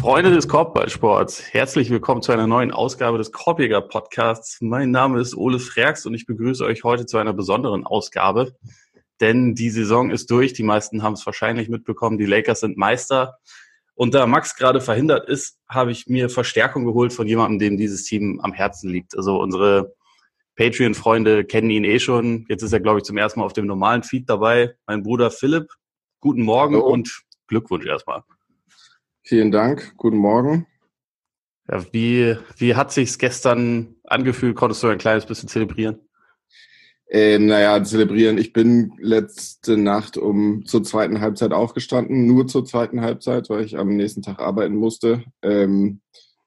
Freunde des Korbballsports, herzlich willkommen zu einer neuen Ausgabe des Korbjäger-Podcasts. Mein Name ist Ole Freaks und ich begrüße euch heute zu einer besonderen Ausgabe, denn die Saison ist durch. Die meisten haben es wahrscheinlich mitbekommen, die Lakers sind Meister. Und da Max gerade verhindert ist, habe ich mir Verstärkung geholt von jemandem, dem dieses Team am Herzen liegt. Also unsere Patreon-Freunde kennen ihn eh schon. Jetzt ist er, glaube ich, zum ersten Mal auf dem normalen Feed dabei. Mein Bruder Philipp, guten Morgen. Hallo. Und Glückwunsch erstmal. Vielen Dank, guten Morgen. Ja, wie hat sich's gestern angefühlt? Konntest du ein kleines bisschen zelebrieren? Zelebrieren. Ich bin letzte Nacht zur zweiten Halbzeit aufgestanden, nur zur zweiten Halbzeit, weil ich am nächsten Tag arbeiten musste. Bin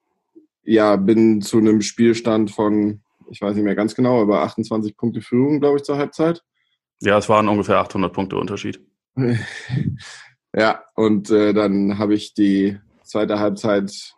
zu einem Spielstand von, ich weiß nicht mehr ganz genau, aber 28 Punkte Führung, glaube ich, zur Halbzeit. Ja, es waren ungefähr 800 Punkte Unterschied. Ja, und dann habe ich die zweite Halbzeit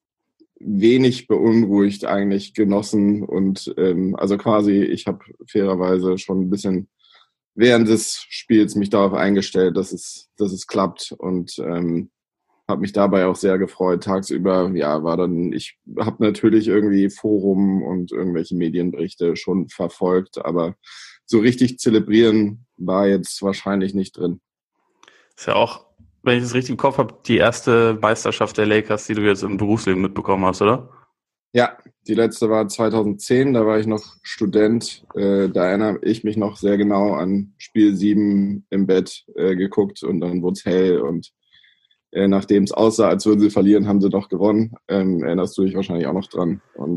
wenig beunruhigt eigentlich genossen und ich habe fairerweise schon ein bisschen während des Spiels mich darauf eingestellt, dass es klappt und habe mich dabei auch sehr gefreut. Tagsüber, ich habe natürlich irgendwie Forum und irgendwelche Medienberichte schon verfolgt, aber so richtig zelebrieren war jetzt wahrscheinlich nicht drin. Ist ja auch, wenn ich das richtig im Kopf habe, die erste Meisterschaft der Lakers, die du jetzt im Berufsleben mitbekommen hast, oder? Ja, die letzte war 2010, da war ich noch Student. Da erinnere ich mich noch sehr genau an Spiel 7 im Bett geguckt und dann wurde es hell und nachdem es aussah, als würden sie verlieren, haben sie doch gewonnen. Erinnerst du dich wahrscheinlich auch noch dran. Und,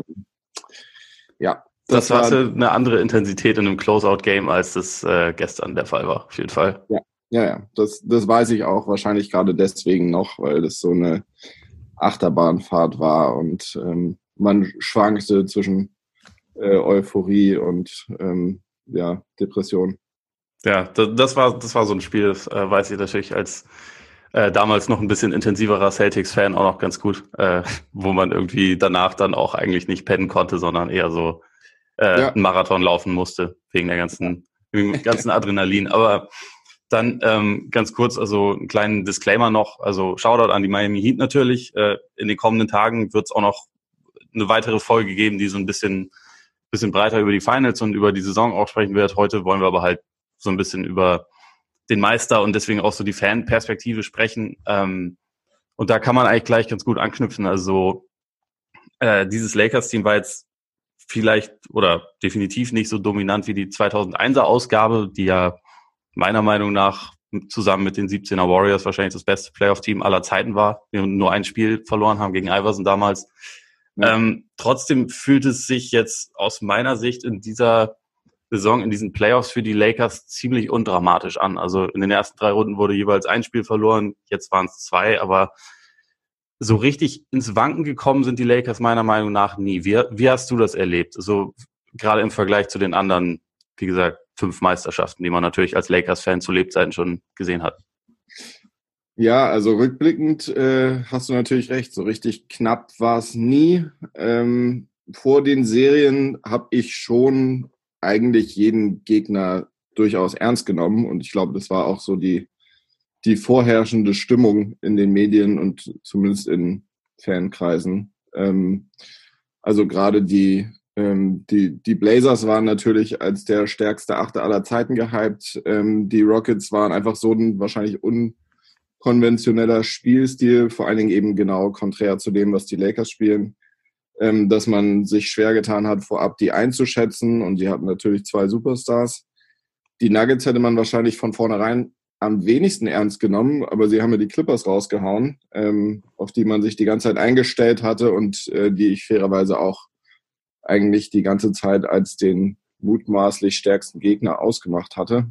ja. Das war eine andere Intensität in einem Closeout-Game, als das gestern der Fall war, auf jeden Fall. Ja, das weiß ich auch. Wahrscheinlich gerade deswegen noch, weil das so eine Achterbahnfahrt war und man schwankte zwischen Euphorie und Depression. Ja, das war so ein Spiel, das weiß ich natürlich als damals noch ein bisschen intensiverer Celtics-Fan auch noch ganz gut, wo man irgendwie danach dann auch eigentlich nicht pennen konnte, sondern eher so einen Marathon laufen musste, wegen dem ganzen Adrenalin. Aber dann ganz kurz, also einen kleinen Disclaimer noch, also Shoutout an die Miami Heat natürlich. In den kommenden Tagen wird es auch noch eine weitere Folge geben, die so ein bisschen breiter über die Finals und über die Saison auch sprechen wird. Heute wollen wir aber halt so ein bisschen über den Meister und deswegen auch so die Fanperspektive sprechen. Und da kann man eigentlich gleich ganz gut anknüpfen. Also dieses Lakers-Team war jetzt vielleicht oder definitiv nicht so dominant wie die 2001er Ausgabe, die ja meiner Meinung nach zusammen mit den 17er Warriors wahrscheinlich das beste Playoff-Team aller Zeiten war. Wir nur ein Spiel verloren haben gegen Iverson damals. Ja. Trotzdem fühlt es sich jetzt aus meiner Sicht in dieser Saison, in diesen Playoffs für die Lakers ziemlich undramatisch an. Also in den ersten 3 Runden wurde jeweils ein Spiel verloren, jetzt waren es 2, aber so richtig ins Wanken gekommen sind die Lakers meiner Meinung nach nie. Wie hast du das erlebt? Also gerade im Vergleich zu den anderen, wie gesagt, 5 Meisterschaften, die man natürlich als Lakers-Fan zu Lebzeiten schon gesehen hat. Ja, also rückblickend hast du natürlich recht. So richtig knapp war es nie. Vor den Serien habe ich schon eigentlich jeden Gegner durchaus ernst genommen. Und ich glaube, das war auch so die vorherrschende Stimmung in den Medien und zumindest in Fankreisen. Also gerade die Blazers waren natürlich als der stärkste Achter aller Zeiten gehypt. Die Rockets waren einfach so ein wahrscheinlich unkonventioneller Spielstil, vor allen Dingen eben genau konträr zu dem, was die Lakers spielen, dass man sich schwer getan hat, vorab die einzuschätzen. Und die hatten natürlich 2 Superstars. Die Nuggets hätte man wahrscheinlich von vornherein am wenigsten ernst genommen, aber sie haben ja die Clippers rausgehauen, auf die man sich die ganze Zeit eingestellt hatte und die ich fairerweise auch eigentlich die ganze Zeit als den mutmaßlich stärksten Gegner ausgemacht hatte.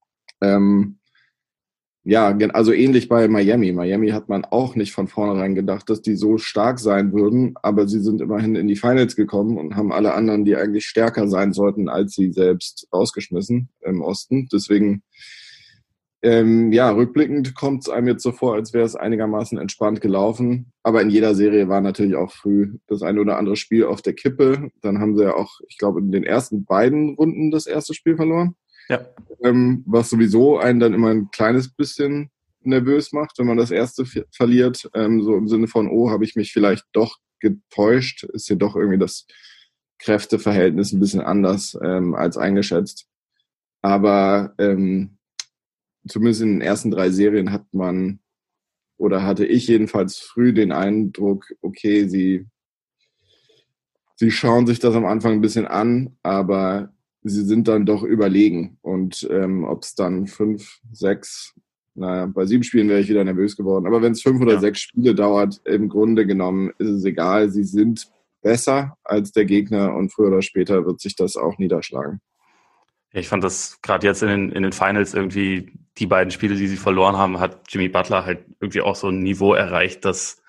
Also ähnlich bei Miami. Miami hat man auch nicht von vornherein gedacht, dass die so stark sein würden, aber sie sind immerhin in die Finals gekommen und haben alle anderen, die eigentlich stärker sein sollten als sie selbst, rausgeschmissen im Osten. Deswegen rückblickend kommt es einem jetzt so vor, als wäre es einigermaßen entspannt gelaufen. Aber in jeder Serie war natürlich auch früh das eine oder andere Spiel auf der Kippe. Dann haben sie ja auch, ich glaube, in den ersten beiden Runden das erste Spiel verloren. Ja. Was sowieso einen dann immer ein kleines bisschen nervös macht, wenn man das erste verliert. So im Sinne von, oh, habe ich mich vielleicht doch getäuscht? Ist hier doch irgendwie das Kräfteverhältnis ein bisschen anders als eingeschätzt. Aber zumindest in den ersten 3 Serien hat man, oder hatte ich jedenfalls früh den Eindruck, okay, sie schauen sich das am Anfang ein bisschen an, aber sie sind dann doch überlegen. Und ob es dann 5, 6, naja, bei 7 Spielen wäre ich wieder nervös geworden. Aber wenn es 5 oder 6 Spiele dauert, im Grunde genommen ist es egal. Sie sind besser als der Gegner und früher oder später wird sich das auch niederschlagen. Ich fand das gerade jetzt in den Finals irgendwie, die beiden Spiele, die sie verloren haben, hat Jimmy Butler halt irgendwie auch so ein Niveau erreicht, das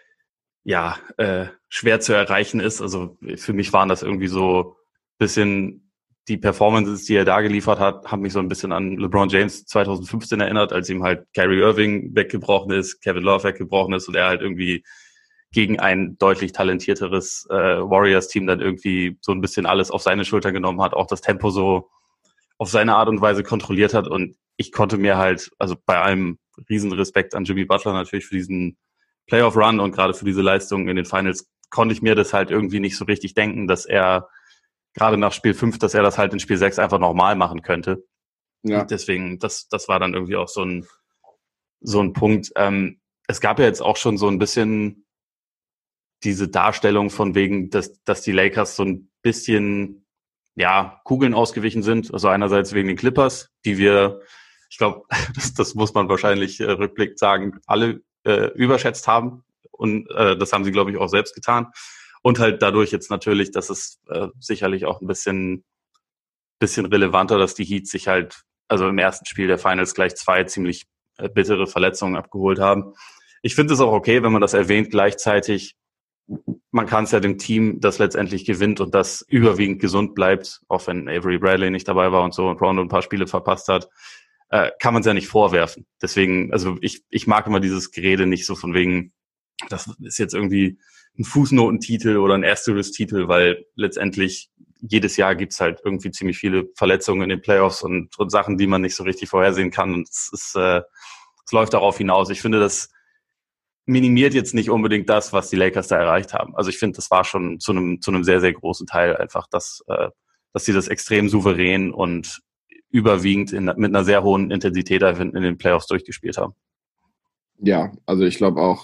schwer zu erreichen ist. Also für mich waren das irgendwie so ein bisschen die Performances, die er da geliefert hat, haben mich so ein bisschen an LeBron James 2015 erinnert, als ihm halt Kyrie Irving weggebrochen ist, Kevin Love weggebrochen ist und er halt irgendwie gegen ein deutlich talentierteres Warriors-Team dann irgendwie so ein bisschen alles auf seine Schultern genommen hat, auch das Tempo so auf seine Art und Weise kontrolliert hat. Und ich konnte mir halt, also bei allem riesen Respekt an Jimmy Butler natürlich für diesen Playoff-Run und gerade für diese Leistung in den Finals, konnte ich mir das halt irgendwie nicht so richtig denken, dass er gerade nach Spiel 5, dass er das halt in Spiel 6 einfach normal machen könnte. Ja. Und deswegen, das war dann irgendwie auch so ein Punkt. Es gab ja jetzt auch schon so ein bisschen diese Darstellung von wegen, dass die Lakers so ein bisschen Kugeln ausgewichen sind. Also einerseits wegen den Clippers, die wir, ich glaube, das muss man wahrscheinlich rückblickend sagen, alle überschätzt haben. Und das haben sie, glaube ich, auch selbst getan. Und halt dadurch jetzt natürlich, dass es sicherlich auch ein bisschen relevanter, dass die Heat sich halt, also im ersten Spiel der Finals gleich 2 ziemlich bittere Verletzungen abgeholt haben. Ich finde es auch okay, wenn man das erwähnt gleichzeitig. Man kann es ja dem Team, das letztendlich gewinnt und das überwiegend gesund bleibt, auch wenn Avery Bradley nicht dabei war und so und Rondo ein paar Spiele verpasst hat, kann man es ja nicht vorwerfen. Deswegen, also ich mag immer dieses Gerede nicht so von wegen, das ist jetzt irgendwie ein Fußnotentitel oder ein Asterisk-Titel, weil letztendlich jedes Jahr gibt's halt irgendwie ziemlich viele Verletzungen in den Playoffs und Sachen, die man nicht so richtig vorhersehen kann. Und es läuft darauf hinaus. Ich finde, das minimiert jetzt nicht unbedingt das, was die Lakers da erreicht haben. Also ich finde, das war schon zu einem sehr, sehr großen Teil einfach, dass sie das extrem souverän und überwiegend mit einer sehr hohen Intensität in den Playoffs durchgespielt haben. Ja, also ich glaube auch,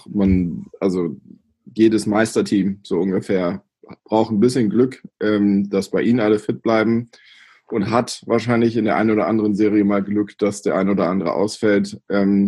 jedes Meisterteam so ungefähr braucht ein bisschen Glück, dass bei ihnen alle fit bleiben und hat wahrscheinlich in der einen oder anderen Serie mal Glück, dass der ein oder andere ausfällt.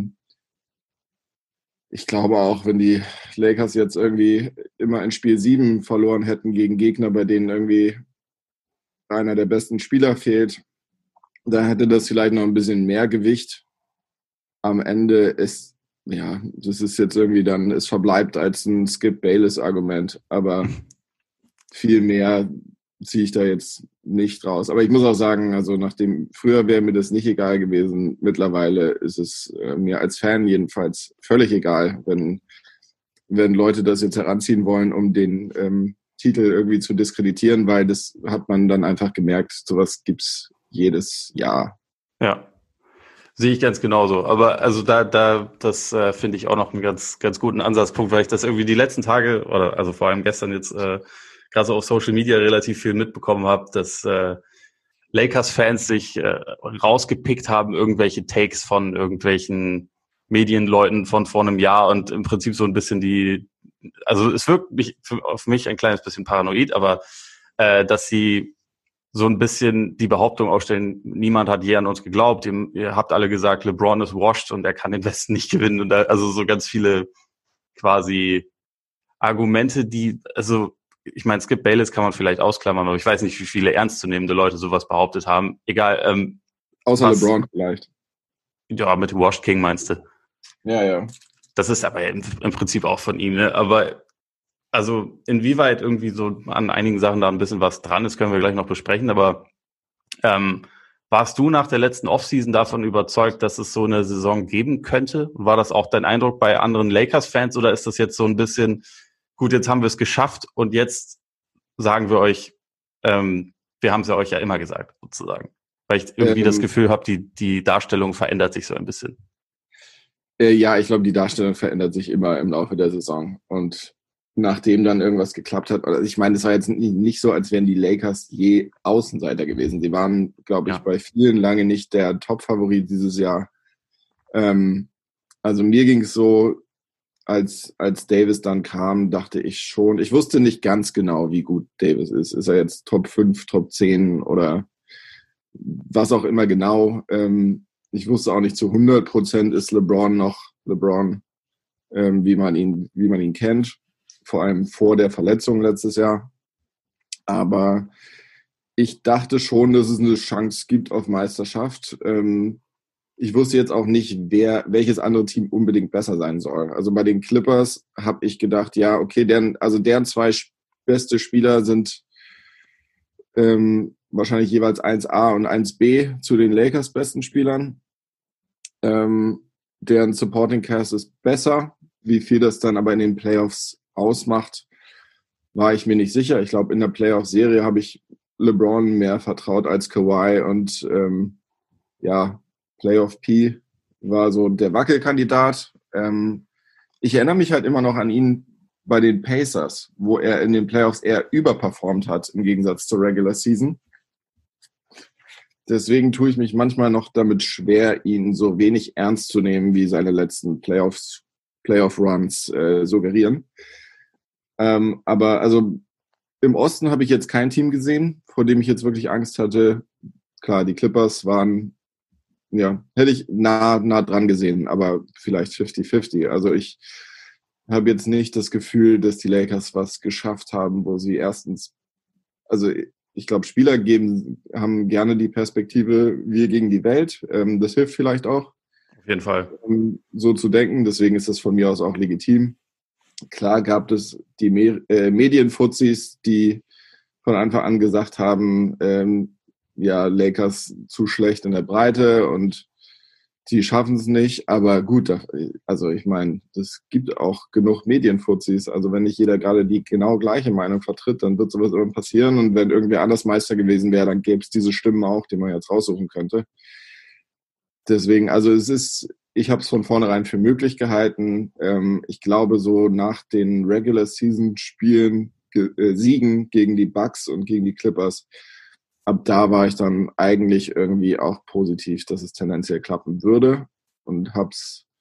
Ich glaube auch, wenn die Lakers jetzt irgendwie immer in Spiel 7 verloren hätten gegen Gegner, bei denen irgendwie einer der besten Spieler fehlt, da hätte das vielleicht noch ein bisschen mehr Gewicht. Am Ende ist, das ist jetzt irgendwie dann, es verbleibt als ein Skip Bayless-Argument, aber viel mehr ziehe ich da jetzt nicht raus. Aber ich muss auch sagen, also früher wäre mir das nicht egal gewesen. Mittlerweile ist es mir als Fan jedenfalls völlig egal, wenn Leute das jetzt heranziehen wollen, um den Titel irgendwie zu diskreditieren, weil das hat man dann einfach gemerkt, sowas gibt's jedes Jahr. Ja, sehe ich ganz genauso. Aber also das finde ich auch noch einen ganz, ganz guten Ansatzpunkt, weil ich das irgendwie die letzten Tage oder also vor allem gestern jetzt gerade so auf Social Media relativ viel mitbekommen habe, dass Lakers-Fans sich rausgepickt haben, irgendwelche Takes von irgendwelchen Medienleuten von vor einem Jahr und im Prinzip so ein bisschen also es wirkt auf mich ein kleines bisschen paranoid, aber dass sie so ein bisschen die Behauptung aufstellen, niemand hat je an uns geglaubt, ihr habt alle gesagt, LeBron ist washed und er kann den Westen nicht gewinnen und also so ganz viele quasi Argumente, also ich meine, Skip Bayless kann man vielleicht ausklammern, aber ich weiß nicht, wie viele ernstzunehmende Leute sowas behauptet haben. Egal. Außer LeBron vielleicht. Ja, mit dem Washed King meinst du? Ja. Das ist aber im Prinzip auch von ihm, ne? Aber also inwieweit irgendwie so an einigen Sachen da ein bisschen was dran ist, können wir gleich noch besprechen. Aber warst du nach der letzten Offseason davon überzeugt, dass es so eine Saison geben könnte? War das auch dein Eindruck bei anderen Lakers-Fans oder ist das jetzt so ein bisschen, gut, jetzt haben wir es geschafft und jetzt sagen wir euch, wir haben es ja euch ja immer gesagt, sozusagen. Weil ich irgendwie das Gefühl habe, die Darstellung verändert sich so ein bisschen. Ja, ich glaube, die Darstellung verändert sich immer im Laufe der Saison. Und nachdem dann irgendwas geklappt hat, also ich meine, es war jetzt nicht so, als wären die Lakers je Außenseiter gewesen. Sie waren, glaube ich, Ja. bei vielen lange nicht der Top-Favorit dieses Jahr. Also mir ging es so, als Davis dann kam, dachte ich schon, ich wusste nicht ganz genau, wie gut Davis ist. Ist er jetzt Top 5, Top 10 oder was auch immer genau. Ich wusste auch nicht zu 100% ist LeBron noch LeBron, wie man ihn kennt. Vor allem vor der Verletzung letztes Jahr. Aber ich dachte schon, dass es eine Chance gibt auf Meisterschaft. Ich wusste jetzt auch nicht, welches andere Team unbedingt besser sein soll. Also bei den Clippers habe ich gedacht, ja, okay, deren zwei beste Spieler sind wahrscheinlich jeweils 1A und 1B zu den Lakers besten Spielern. Deren Supporting Cast ist besser. Wie viel das dann aber in den Playoffs ausmacht, war ich mir nicht sicher. Ich glaube, in der Playoff-Serie habe ich LeBron mehr vertraut als Kawhi und ja, Playoff P war so der Wackelkandidat. Ich erinnere mich halt immer noch an ihn bei den Pacers, wo er in den Playoffs eher überperformt hat im Gegensatz zur Regular Season. Deswegen tue ich mich manchmal noch damit schwer, ihn so wenig ernst zu nehmen, wie seine letzten Playoff-Runs suggerieren. Aber also im Osten habe ich jetzt kein Team gesehen, vor dem ich jetzt wirklich Angst hatte. Klar, die Clippers waren, ja, hätte ich nah dran gesehen, aber vielleicht 50-50. Also ich habe jetzt nicht das Gefühl, dass die Lakers was geschafft haben, wo sie erstens, also ich glaube, Spieler haben gerne die Perspektive, wir gegen die Welt. Das hilft vielleicht auch. Auf jeden Fall. So zu denken. Deswegen ist das von mir aus auch legitim. Klar gab es die Medienfuzis, die von Anfang an gesagt haben, ja, Lakers zu schlecht in der Breite und die schaffen es nicht. Aber gut, also ich meine, es gibt auch genug Medienfuzis. Also wenn nicht jeder gerade die genau gleiche Meinung vertritt, dann wird sowas immer passieren. Und wenn irgendwer anders Meister gewesen wäre, dann gäbe es diese Stimmen auch, die man jetzt raussuchen könnte. Deswegen, also ich habe es von vornherein für möglich gehalten. Ich glaube, so nach den Regular-Season-Spielen, Siegen gegen die Bucks und gegen die Clippers, ab da war ich dann eigentlich irgendwie auch positiv, dass es tendenziell klappen würde und hab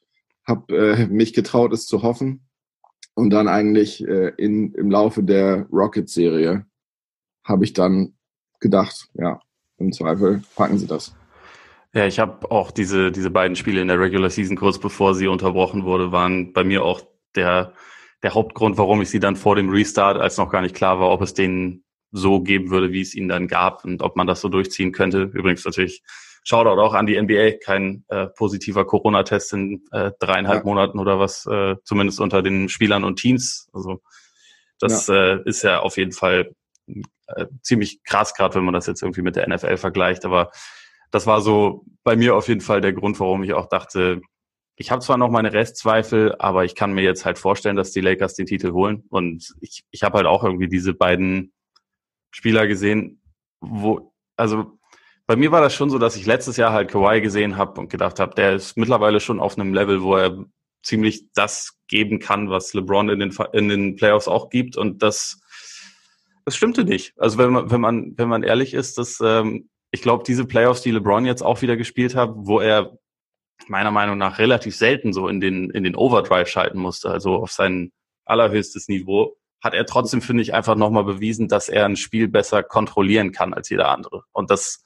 mich getraut, es zu hoffen. Und dann eigentlich im Laufe der Rocket-Serie habe ich dann gedacht, ja, im Zweifel packen sie das. Ja, ich habe auch diese beiden Spiele in der Regular Season, kurz bevor sie unterbrochen wurde, waren bei mir auch der Hauptgrund, warum ich sie dann vor dem Restart, als noch gar nicht klar war, ob es denen so geben würde, wie es ihnen dann gab und ob man das so durchziehen könnte. Übrigens natürlich Shoutout auch an die NBA, kein positiver Corona-Test in 3,5 Monaten oder was, zumindest unter den Spielern und Teams. Also das ist ja auf jeden Fall ziemlich krass, gerade wenn man das jetzt irgendwie mit der NFL vergleicht, aber das war so bei mir auf jeden Fall der Grund, warum ich auch dachte, ich habe zwar noch meine Restzweifel, aber ich kann mir jetzt halt vorstellen, dass die Lakers den Titel holen. Und ich habe halt auch irgendwie diese beiden Spieler gesehen, also bei mir war das schon so, dass ich letztes Jahr halt Kawhi gesehen habe und gedacht habe, der ist mittlerweile schon auf einem Level, wo er ziemlich das geben kann, was LeBron in den Playoffs auch gibt. Und das stimmte nicht. Also wenn man ehrlich ist, ich glaube, diese Playoffs, die LeBron jetzt auch wieder gespielt hat, wo er meiner Meinung nach relativ selten so in den Overdrive schalten musste, also auf sein allerhöchstes Niveau, hat er trotzdem, finde ich, einfach nochmal bewiesen, dass er ein Spiel besser kontrollieren kann als jeder andere. Und das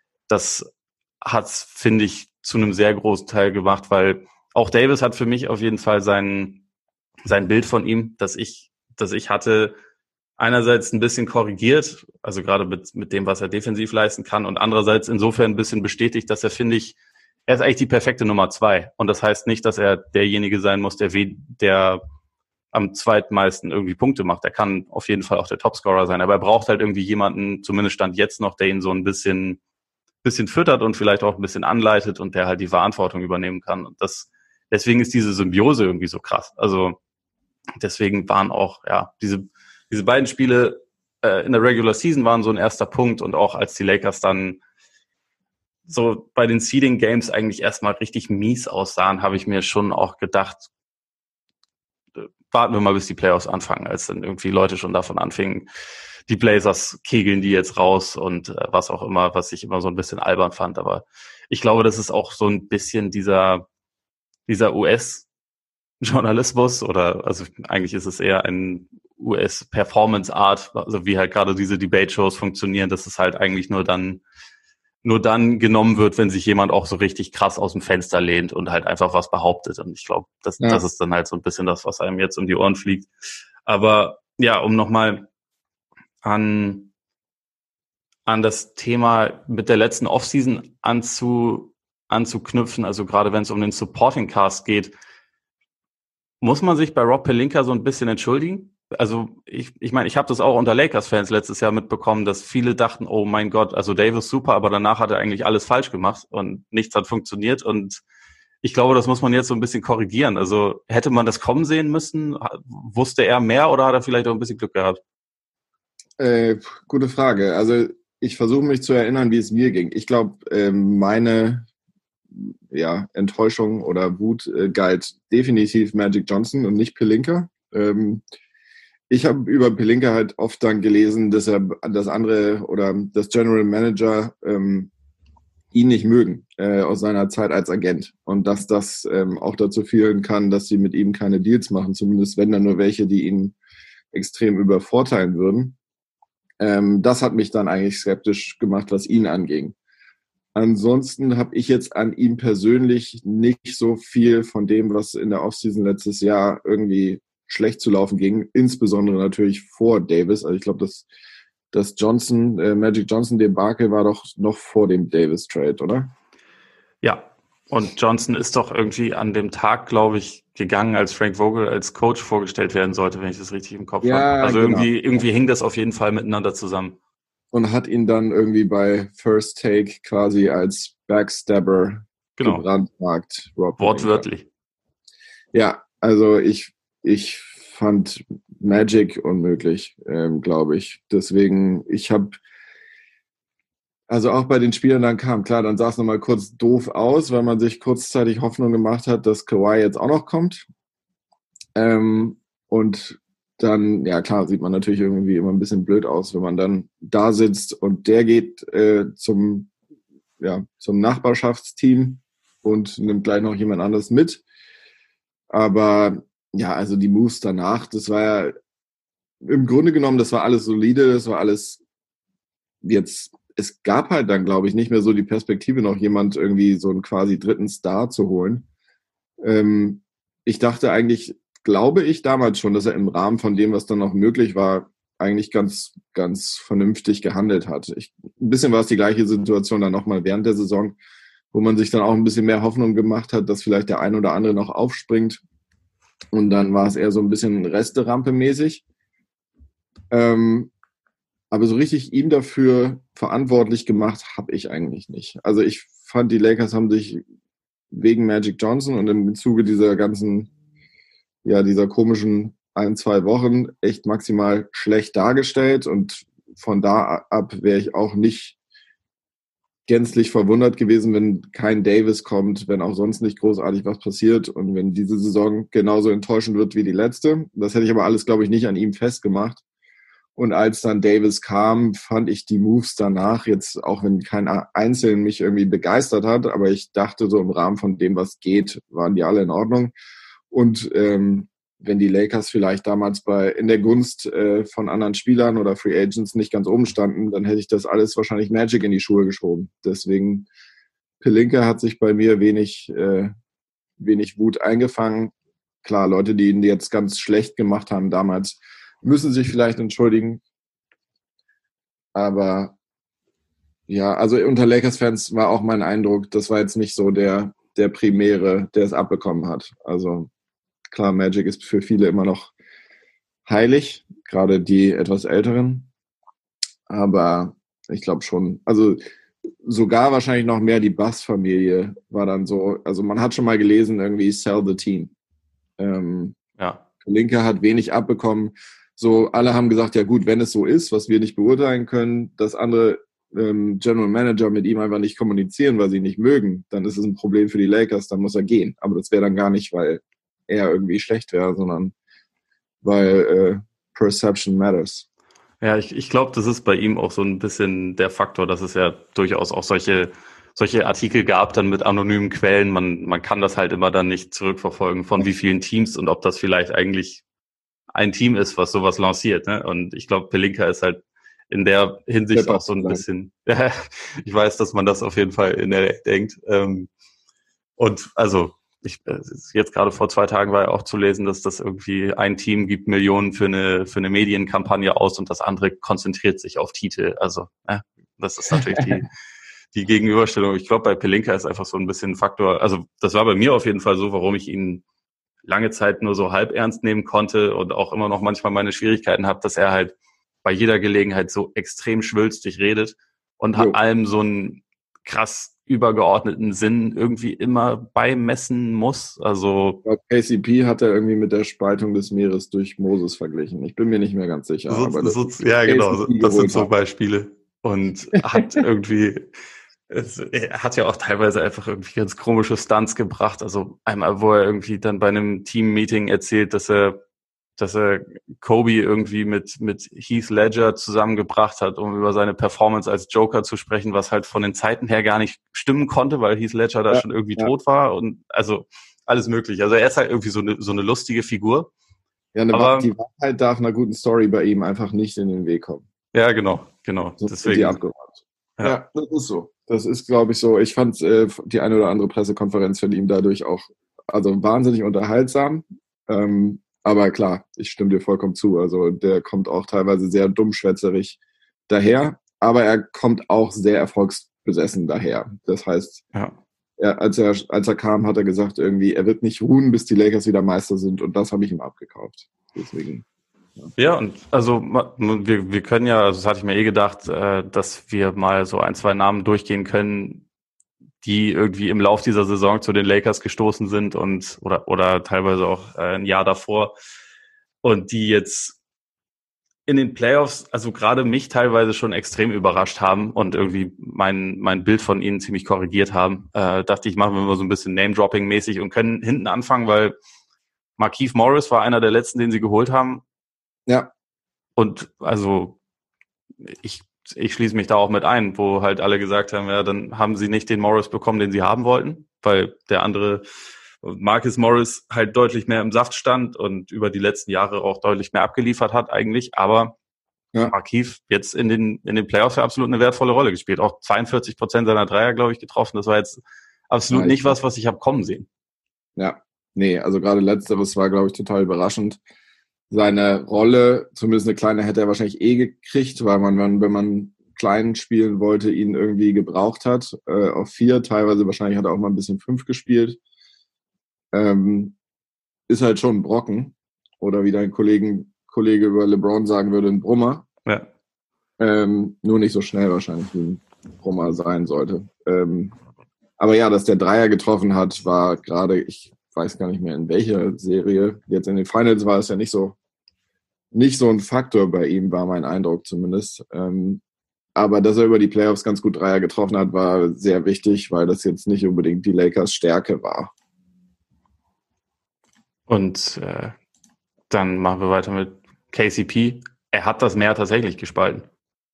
hat's, finde ich, zu einem sehr großen Teil gemacht, weil auch Davis hat für mich auf jeden Fall sein Bild von ihm, das ich hatte, einerseits ein bisschen korrigiert, also gerade mit dem, was er defensiv leisten kann, und andererseits insofern ein bisschen bestätigt, dass finde ich, er ist eigentlich die perfekte Nummer 2. Und das heißt nicht, dass er derjenige sein muss, der am zweitmeisten irgendwie Punkte macht. Er kann auf jeden Fall auch der Topscorer sein, aber er braucht halt irgendwie jemanden, zumindest Stand jetzt noch, der ihn so ein bisschen füttert und vielleicht auch ein bisschen anleitet und der halt die Verantwortung übernehmen kann. Und deswegen ist diese Symbiose irgendwie so krass. Also deswegen waren auch, ja, diese beiden Spiele in der Regular Season waren so ein erster Punkt, und auch als die Lakers dann so bei den Seeding Games eigentlich erstmal richtig mies aussahen, habe ich mir schon auch gedacht, warten wir mal, bis die Playoffs anfangen, als dann irgendwie Leute schon davon anfingen, die Blazers kegeln die jetzt raus und was auch immer, was ich immer so ein bisschen albern fand. Aber ich glaube, das ist auch so ein bisschen dieser US-Journalismus oder also eigentlich ist es eher ein US-Performance-Art, also wie halt gerade diese Debate-Shows funktionieren, dass es halt eigentlich nur dann genommen wird, wenn sich jemand auch so richtig krass aus dem Fenster lehnt und halt einfach was behauptet. Und ich glaube, das ist dann halt so ein bisschen das, was einem jetzt um die Ohren fliegt. Aber ja, um nochmal an das Thema mit der letzten Offseason anzuknüpfen, also gerade wenn es um den Supporting Cast geht, muss man sich bei Rob Pelinka so ein bisschen entschuldigen? Also ich meine, ich habe das auch unter Lakers-Fans letztes Jahr mitbekommen, dass viele dachten, oh mein Gott, also Davis super, aber danach hat er eigentlich alles falsch gemacht und nichts hat funktioniert. Und ich glaube, das muss man jetzt so ein bisschen korrigieren. Also hätte man das kommen sehen müssen? Wusste er mehr oder hat er vielleicht auch ein bisschen Glück gehabt? Gute Frage. Also ich versuche mich zu erinnern, wie es mir ging. Ich glaube, meine Enttäuschung oder Wut galt definitiv Magic Johnson und nicht Pelinka. Ich habe über Pelinka halt oft dann gelesen, dass das andere oder das General Manager ihn nicht mögen aus seiner Zeit als Agent und dass das auch dazu führen kann, dass sie mit ihm keine Deals machen, zumindest wenn dann nur welche, die ihn extrem übervorteilen würden. Das hat mich dann eigentlich skeptisch gemacht, was ihn anging. Ansonsten habe ich jetzt an ihm persönlich nicht so viel von dem, was in der Offseason letztes Jahr irgendwie schlecht zu laufen ging, insbesondere natürlich vor Davis. Also ich glaube, das Magic Johnson Debakel war doch noch vor dem Davis Trade, oder? Ja, und Johnson ist doch irgendwie an dem Tag, glaube ich, gegangen, als Frank Vogel als Coach vorgestellt werden sollte, wenn ich das richtig im Kopf habe. Also genau. irgendwie hing das auf jeden Fall miteinander zusammen. Und hat ihn dann irgendwie bei First Take quasi als Backstabber gebrandmarkt. Wortwörtlich. Ja, also ich fand Magic unmöglich, glaube ich. Deswegen, also auch bei den Spielern dann kam, klar, dann sah es nochmal kurz doof aus, weil man sich kurzzeitig Hoffnung gemacht hat, dass Kawhi jetzt auch noch kommt. Und dann, ja klar, sieht man natürlich irgendwie immer ein bisschen blöd aus, wenn man dann da sitzt und der geht zum Nachbarschaftsteam und nimmt gleich noch jemand anderes mit. Aber ja, also die Moves danach, das war ja im Grunde genommen, das war alles solide, das war alles jetzt, es gab halt dann, glaube ich, nicht mehr so die Perspektive, noch jemand irgendwie so einen quasi dritten Star zu holen. Ich dachte eigentlich, glaube ich damals schon, dass er im Rahmen von dem, was dann noch möglich war, eigentlich ganz, ganz vernünftig gehandelt hat. Ein bisschen war es die gleiche Situation dann nochmal während der Saison, wo man sich dann auch ein bisschen mehr Hoffnung gemacht hat, dass vielleicht der ein oder andere noch aufspringt. Und dann war es eher so ein bisschen Resterampe-mäßig. Aber so richtig ihm dafür verantwortlich gemacht habe ich eigentlich nicht. Also ich fand, die Lakers haben sich wegen Magic Johnson und im Zuge dieser ganzen, dieser komischen 1-2 Wochen echt maximal schlecht dargestellt. Und von da ab wäre ich auch nicht gänzlich verwundert gewesen, wenn kein Davis kommt, wenn auch sonst nicht großartig was passiert und wenn diese Saison genauso enttäuschend wird wie die letzte. Das hätte ich aber alles, glaube ich, nicht an ihm festgemacht. Und als dann Davis kam, fand ich die Moves danach jetzt, auch wenn kein Einzelnen mich irgendwie begeistert hat, aber ich dachte so im Rahmen von dem, was geht, waren die alle in Ordnung. Und wenn die Lakers vielleicht damals in der Gunst von anderen Spielern oder Free Agents nicht ganz oben standen, dann hätte ich das alles wahrscheinlich Magic in die Schuhe geschoben. Deswegen, Pelinka hat sich bei mir wenig Wut eingefangen. Klar, Leute, die ihn jetzt ganz schlecht gemacht haben damals, müssen sich vielleicht entschuldigen. Aber ja, also unter Lakers-Fans war auch mein Eindruck, das war jetzt nicht so der Primäre, der es abbekommen hat. Also klar, Magic ist für viele immer noch heilig, gerade die etwas Älteren. Aber ich glaube schon, also sogar wahrscheinlich noch mehr die Buss-Familie war dann so, also man hat schon mal gelesen, irgendwie sell the team. Linke hat wenig abbekommen. So, alle haben gesagt, ja gut, wenn es so ist, was wir nicht beurteilen können, das andere General Manager mit ihm einfach nicht kommunizieren, weil sie ihn nicht mögen, dann ist es ein Problem für die Lakers, dann muss er gehen. Aber das wäre dann gar nicht, weil er irgendwie schlecht wäre, sondern weil Perception matters. Ja, ich glaube, das ist bei ihm auch so ein bisschen der Faktor, dass es ja durchaus auch solche Artikel gab dann mit anonymen Quellen. Man kann das halt immer dann nicht zurückverfolgen, von wie vielen Teams und ob das vielleicht eigentlich ein Team ist, was sowas lanciert. Ne? Und ich glaube, Pelinka ist halt in der Hinsicht auch so ein bisschen, ich weiß, dass man das auf jeden Fall in der denkt. Und also jetzt gerade vor 2 Tagen war ja auch zu lesen, dass das irgendwie ein Team gibt Millionen für eine Medienkampagne aus und das andere konzentriert sich auf Titel. Also das ist natürlich die Gegenüberstellung. Ich glaube, bei Pelinka ist einfach so ein bisschen ein Faktor. Also das war bei mir auf jeden Fall so, warum ich ihn lange Zeit nur so halb ernst nehmen konnte und auch immer noch manchmal meine Schwierigkeiten habe, dass er halt bei jeder Gelegenheit so extrem schwülstig redet und hat allem so einen krass übergeordneten Sinn irgendwie immer beimessen muss. Also ich glaube, KCP hat er irgendwie mit der Spaltung des Meeres durch Moses verglichen. Ich bin mir nicht mehr ganz sicher. Ja, genau, das sind so Beispiele. Und hat irgendwie, er hat ja auch teilweise einfach irgendwie ganz komische Stunts gebracht. Also einmal, wo er irgendwie dann bei einem Team-Meeting erzählt, dass er Kobe irgendwie mit Heath Ledger zusammengebracht hat, um über seine Performance als Joker zu sprechen, was halt von den Zeiten her gar nicht stimmen konnte, weil Heath Ledger da schon irgendwie tot war und also alles möglich. Also er ist halt irgendwie so eine lustige Figur. Ja, die Wahrheit darf einer guten Story bei ihm einfach nicht in den Weg kommen. Ja, genau. So deswegen. Die abgeräumt. Ja, das ist so. Das ist, glaube ich, so. Ich fand die eine oder andere Pressekonferenz von ihm dadurch auch wahnsinnig unterhaltsam. Aber klar, ich stimme dir vollkommen zu. Also der kommt auch teilweise sehr dummschwätzerig daher, aber er kommt auch sehr erfolgsbesessen daher. Das heißt, als er kam, hat er gesagt, irgendwie, er wird nicht ruhen, bis die Lakers wieder Meister sind. Und das habe ich ihm abgekauft. Deswegen. Ja, und also wir können ja, also das hatte ich mir gedacht, dass wir mal so 1, 2 Namen durchgehen können, die irgendwie im Lauf dieser Saison zu den Lakers gestoßen sind und oder teilweise auch ein Jahr davor und die jetzt in den Playoffs, also gerade mich teilweise schon extrem überrascht haben und irgendwie mein Bild von ihnen ziemlich korrigiert haben. Dachte ich, machen wir mal so ein bisschen Name-Dropping-mäßig und können hinten anfangen, weil Markieff Morris war einer der letzten, den sie geholt haben. Ja. Und also ich schließe mich da auch mit ein, wo halt alle gesagt haben, ja, dann haben sie nicht den Morris bekommen, den sie haben wollten, weil der andere Marcus Morris halt deutlich mehr im Saft stand und über die letzten Jahre auch deutlich mehr abgeliefert hat eigentlich, aber Markieff jetzt in den Playoffs ja absolut eine wertvolle Rolle gespielt, auch 42% seiner Dreier, glaube ich, getroffen. Das war jetzt absolut nicht was ich habe kommen sehen. Ja, nee, also gerade letzteres war, glaube ich, total überraschend. Seine Rolle, zumindest eine kleine, hätte er wahrscheinlich gekriegt, weil man, wenn man klein spielen wollte, ihn irgendwie gebraucht hat. Auf 4, teilweise wahrscheinlich hat er auch mal ein bisschen 5 gespielt. Ist halt schon ein Brocken. Oder wie dein Kollege über LeBron sagen würde, ein Brummer. Ja. Nur nicht so schnell wahrscheinlich, wie ein Brummer sein sollte. Aber ja, dass der Dreier getroffen hat, war gerade, ich weiß gar nicht mehr in welcher Serie. Jetzt in den Finals war es ja nicht so ein Faktor bei ihm, war mein Eindruck zumindest. Aber dass er über die Playoffs ganz gut Dreier getroffen hat, war sehr wichtig, weil das jetzt nicht unbedingt die Lakers Stärke war. Und dann machen wir weiter mit KCP. Er hat das Meer tatsächlich gespalten.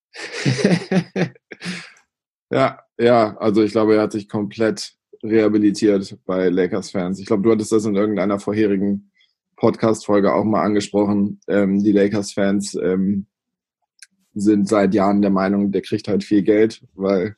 Ja, also ich glaube, er hat sich komplett rehabilitiert bei Lakers-Fans. Ich glaube, du hattest das in irgendeiner vorherigen Podcast-Folge auch mal angesprochen. Die Lakers-Fans sind seit Jahren der Meinung, der kriegt halt viel Geld, weil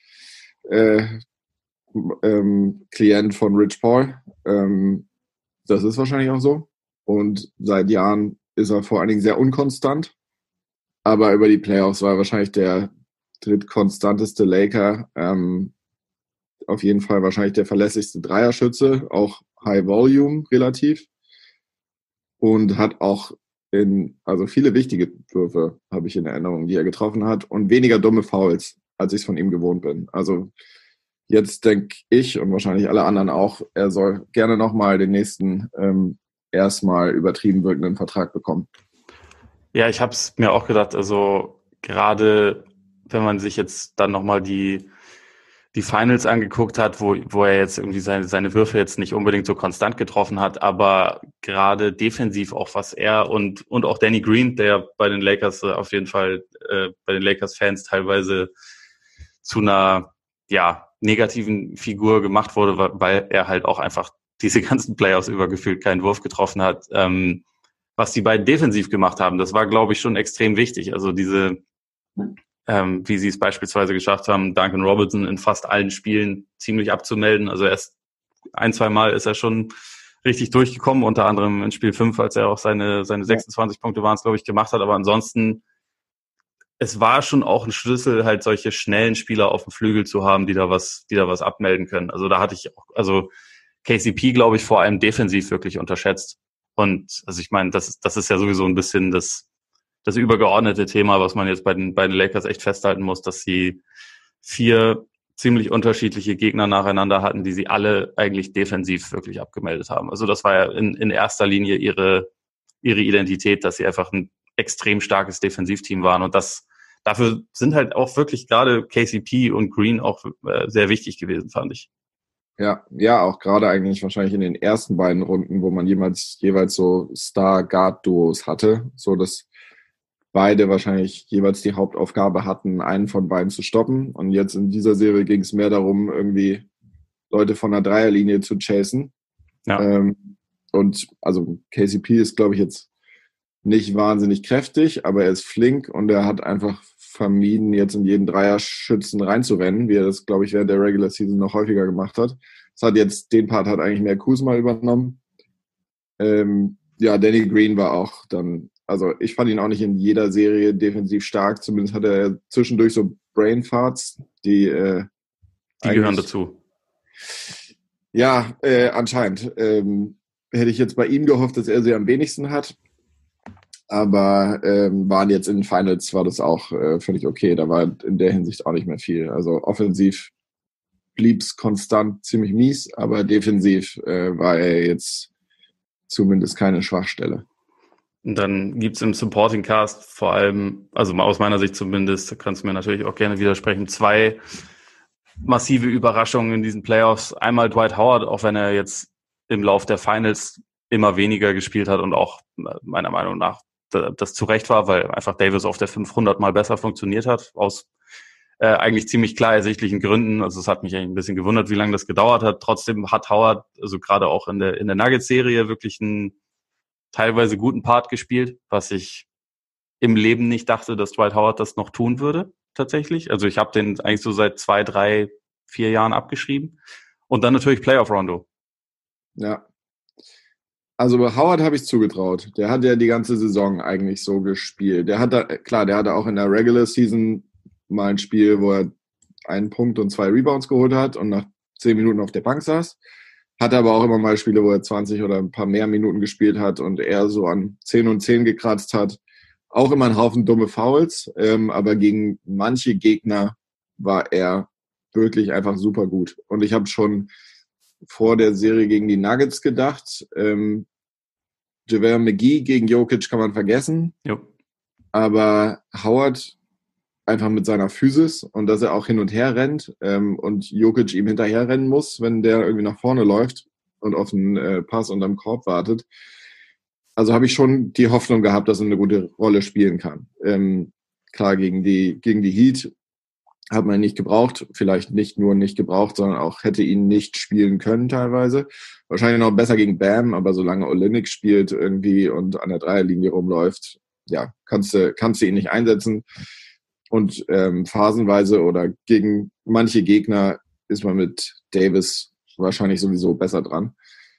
Klient von Rich Paul. Das ist wahrscheinlich auch so. Und seit Jahren ist er vor allen Dingen sehr unkonstant. Aber über die Playoffs war er wahrscheinlich der drittkonstanteste Laker. Auf jeden Fall wahrscheinlich der verlässlichste Dreierschütze, auch High Volume relativ. Und hat auch also viele wichtige Würfe habe ich in Erinnerung, die er getroffen hat und weniger dumme Fouls, als ich es von ihm gewohnt bin. Also jetzt denke ich und wahrscheinlich alle anderen auch, er soll gerne nochmal den nächsten erstmal übertrieben wirkenden Vertrag bekommen. Ja, ich habe es mir auch gedacht, also gerade wenn man sich jetzt dann nochmal die Finals angeguckt hat, wo er jetzt irgendwie seine Würfe jetzt nicht unbedingt so konstant getroffen hat, aber gerade defensiv auch was er und auch Danny Green, der bei den Lakers auf jeden Fall bei den Lakers-Fans teilweise zu einer negativen Figur gemacht wurde, weil er halt auch einfach diese ganzen Playoffs über gefühlt keinen Wurf getroffen hat. Was die beiden defensiv gemacht haben, das war, glaube ich, schon extrem wichtig. Also diese wie sie es beispielsweise geschafft haben, Duncan Robinson in fast allen Spielen ziemlich abzumelden. Also erst 1-2 Mal ist er schon richtig durchgekommen, unter anderem in Spiel 5, als er auch seine 26 Punkte waren es, glaube ich, gemacht hat. Aber ansonsten, es war schon auch ein Schlüssel, halt solche schnellen Spieler auf dem Flügel zu haben, die da was abmelden können. Also da hatte ich auch, also KCP, glaube ich, vor allem defensiv wirklich unterschätzt. Und also ich meine, das ist ja sowieso ein bisschen das übergeordnete Thema, was man jetzt bei den Lakers echt festhalten muss, dass sie 4 ziemlich unterschiedliche Gegner nacheinander hatten, die sie alle eigentlich defensiv wirklich abgemeldet haben. Also das war ja in erster Linie ihre Identität, dass sie einfach ein extrem starkes Defensivteam waren. Und dafür sind halt auch wirklich gerade KCP und Green auch sehr wichtig gewesen, fand ich. Ja, auch gerade eigentlich wahrscheinlich in den ersten beiden Runden, wo man jeweils so Star-Guard-Duos hatte, so dass beide wahrscheinlich jeweils die Hauptaufgabe hatten, einen von beiden zu stoppen. Und jetzt in dieser Serie ging es mehr darum, irgendwie Leute von der Dreierlinie zu chasen. Ja. Und also KCP ist, glaube ich, jetzt nicht wahnsinnig kräftig, aber er ist flink und er hat einfach vermieden, jetzt in jeden Dreierschützen reinzurennen, wie er das, glaube ich, während der Regular Season noch häufiger gemacht hat. Den Part hat eigentlich mehr Kuzma übernommen. Danny Green war auch dann, also ich fand ihn auch nicht in jeder Serie defensiv stark, zumindest hat er zwischendurch so Brain Farts, die gehören dazu. Ja, anscheinend. Hätte ich jetzt bei ihm gehofft, dass er sie am wenigsten hat. Aber waren jetzt in den Finals, war das auch völlig okay. Da war in der Hinsicht auch nicht mehr viel. Also offensiv blieb es konstant ziemlich mies, aber defensiv war er jetzt zumindest keine Schwachstelle. Und dann gibt's im Supporting Cast vor allem, also aus meiner Sicht zumindest, da kannst du mir natürlich auch gerne widersprechen, 2 massive Überraschungen in diesen Playoffs. Einmal Dwight Howard, auch wenn er jetzt im Lauf der Finals immer weniger gespielt hat und auch meiner Meinung nach das zu Recht war, weil einfach Davis auf der 500 mal besser funktioniert hat, aus eigentlich ziemlich klar ersichtlichen Gründen. Also es hat mich eigentlich ein bisschen gewundert, wie lange das gedauert hat. Trotzdem hat Howard, also gerade auch in der Nuggets-Serie, wirklich einen teilweise guten Part gespielt, was ich im Leben nicht dachte, dass Dwight Howard das noch tun würde, tatsächlich. Also ich habe den eigentlich so seit 2, 3, 4 Jahren abgeschrieben. Und dann natürlich Playoff-Rondo. Ja. Also bei Howard habe ich zugetraut. Der hat ja die ganze Saison eigentlich so gespielt. Der hatte auch in der Regular Season mal ein Spiel, wo er 1 Punkt und 2 Rebounds geholt hat und nach 10 Minuten auf der Bank saß. Hatte aber auch immer mal Spiele, wo er 20 oder ein paar mehr Minuten gespielt hat und er so an 10 und 10 gekratzt hat. Auch immer ein Haufen dumme Fouls, aber gegen manche Gegner war er wirklich einfach super gut. Und ich habe schon vor der Serie gegen die Nuggets gedacht, JaVale McGee gegen Jokic kann man vergessen. Jo. Aber Howard einfach mit seiner Physis und dass er auch hin und her rennt und Jokic ihm hinterher rennen muss, wenn der irgendwie nach vorne läuft und auf einen Pass unterm Korb wartet. Also habe ich schon die Hoffnung gehabt, dass er eine gute Rolle spielen kann. Klar, gegen die Heat hat man ihn nicht gebraucht, vielleicht nicht nur nicht gebraucht, sondern auch hätte ihn nicht spielen können teilweise. Wahrscheinlich noch besser gegen Bam, aber solange Olynyk spielt irgendwie und an der Dreierlinie rumläuft, ja, kannst du ihn nicht einsetzen. Und phasenweise oder gegen manche Gegner ist man mit Davis wahrscheinlich sowieso besser dran.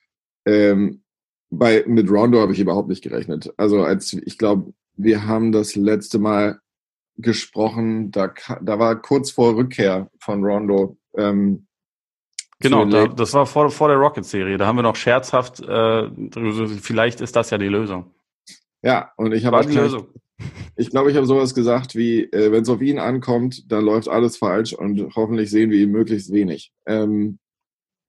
Mit Rondo habe ich überhaupt nicht gerechnet. Also ich glaube, wir haben das letzte Mal gesprochen, da war kurz vor Rückkehr von Rondo. Genau, das war vor der Rocket-Serie. Da haben wir noch scherzhaft, vielleicht ist das ja die Lösung. Ja, und ich habe ich glaube, ich habe sowas gesagt wie, wenn es auf ihn ankommt, dann läuft alles falsch und hoffentlich sehen wir ihn möglichst wenig.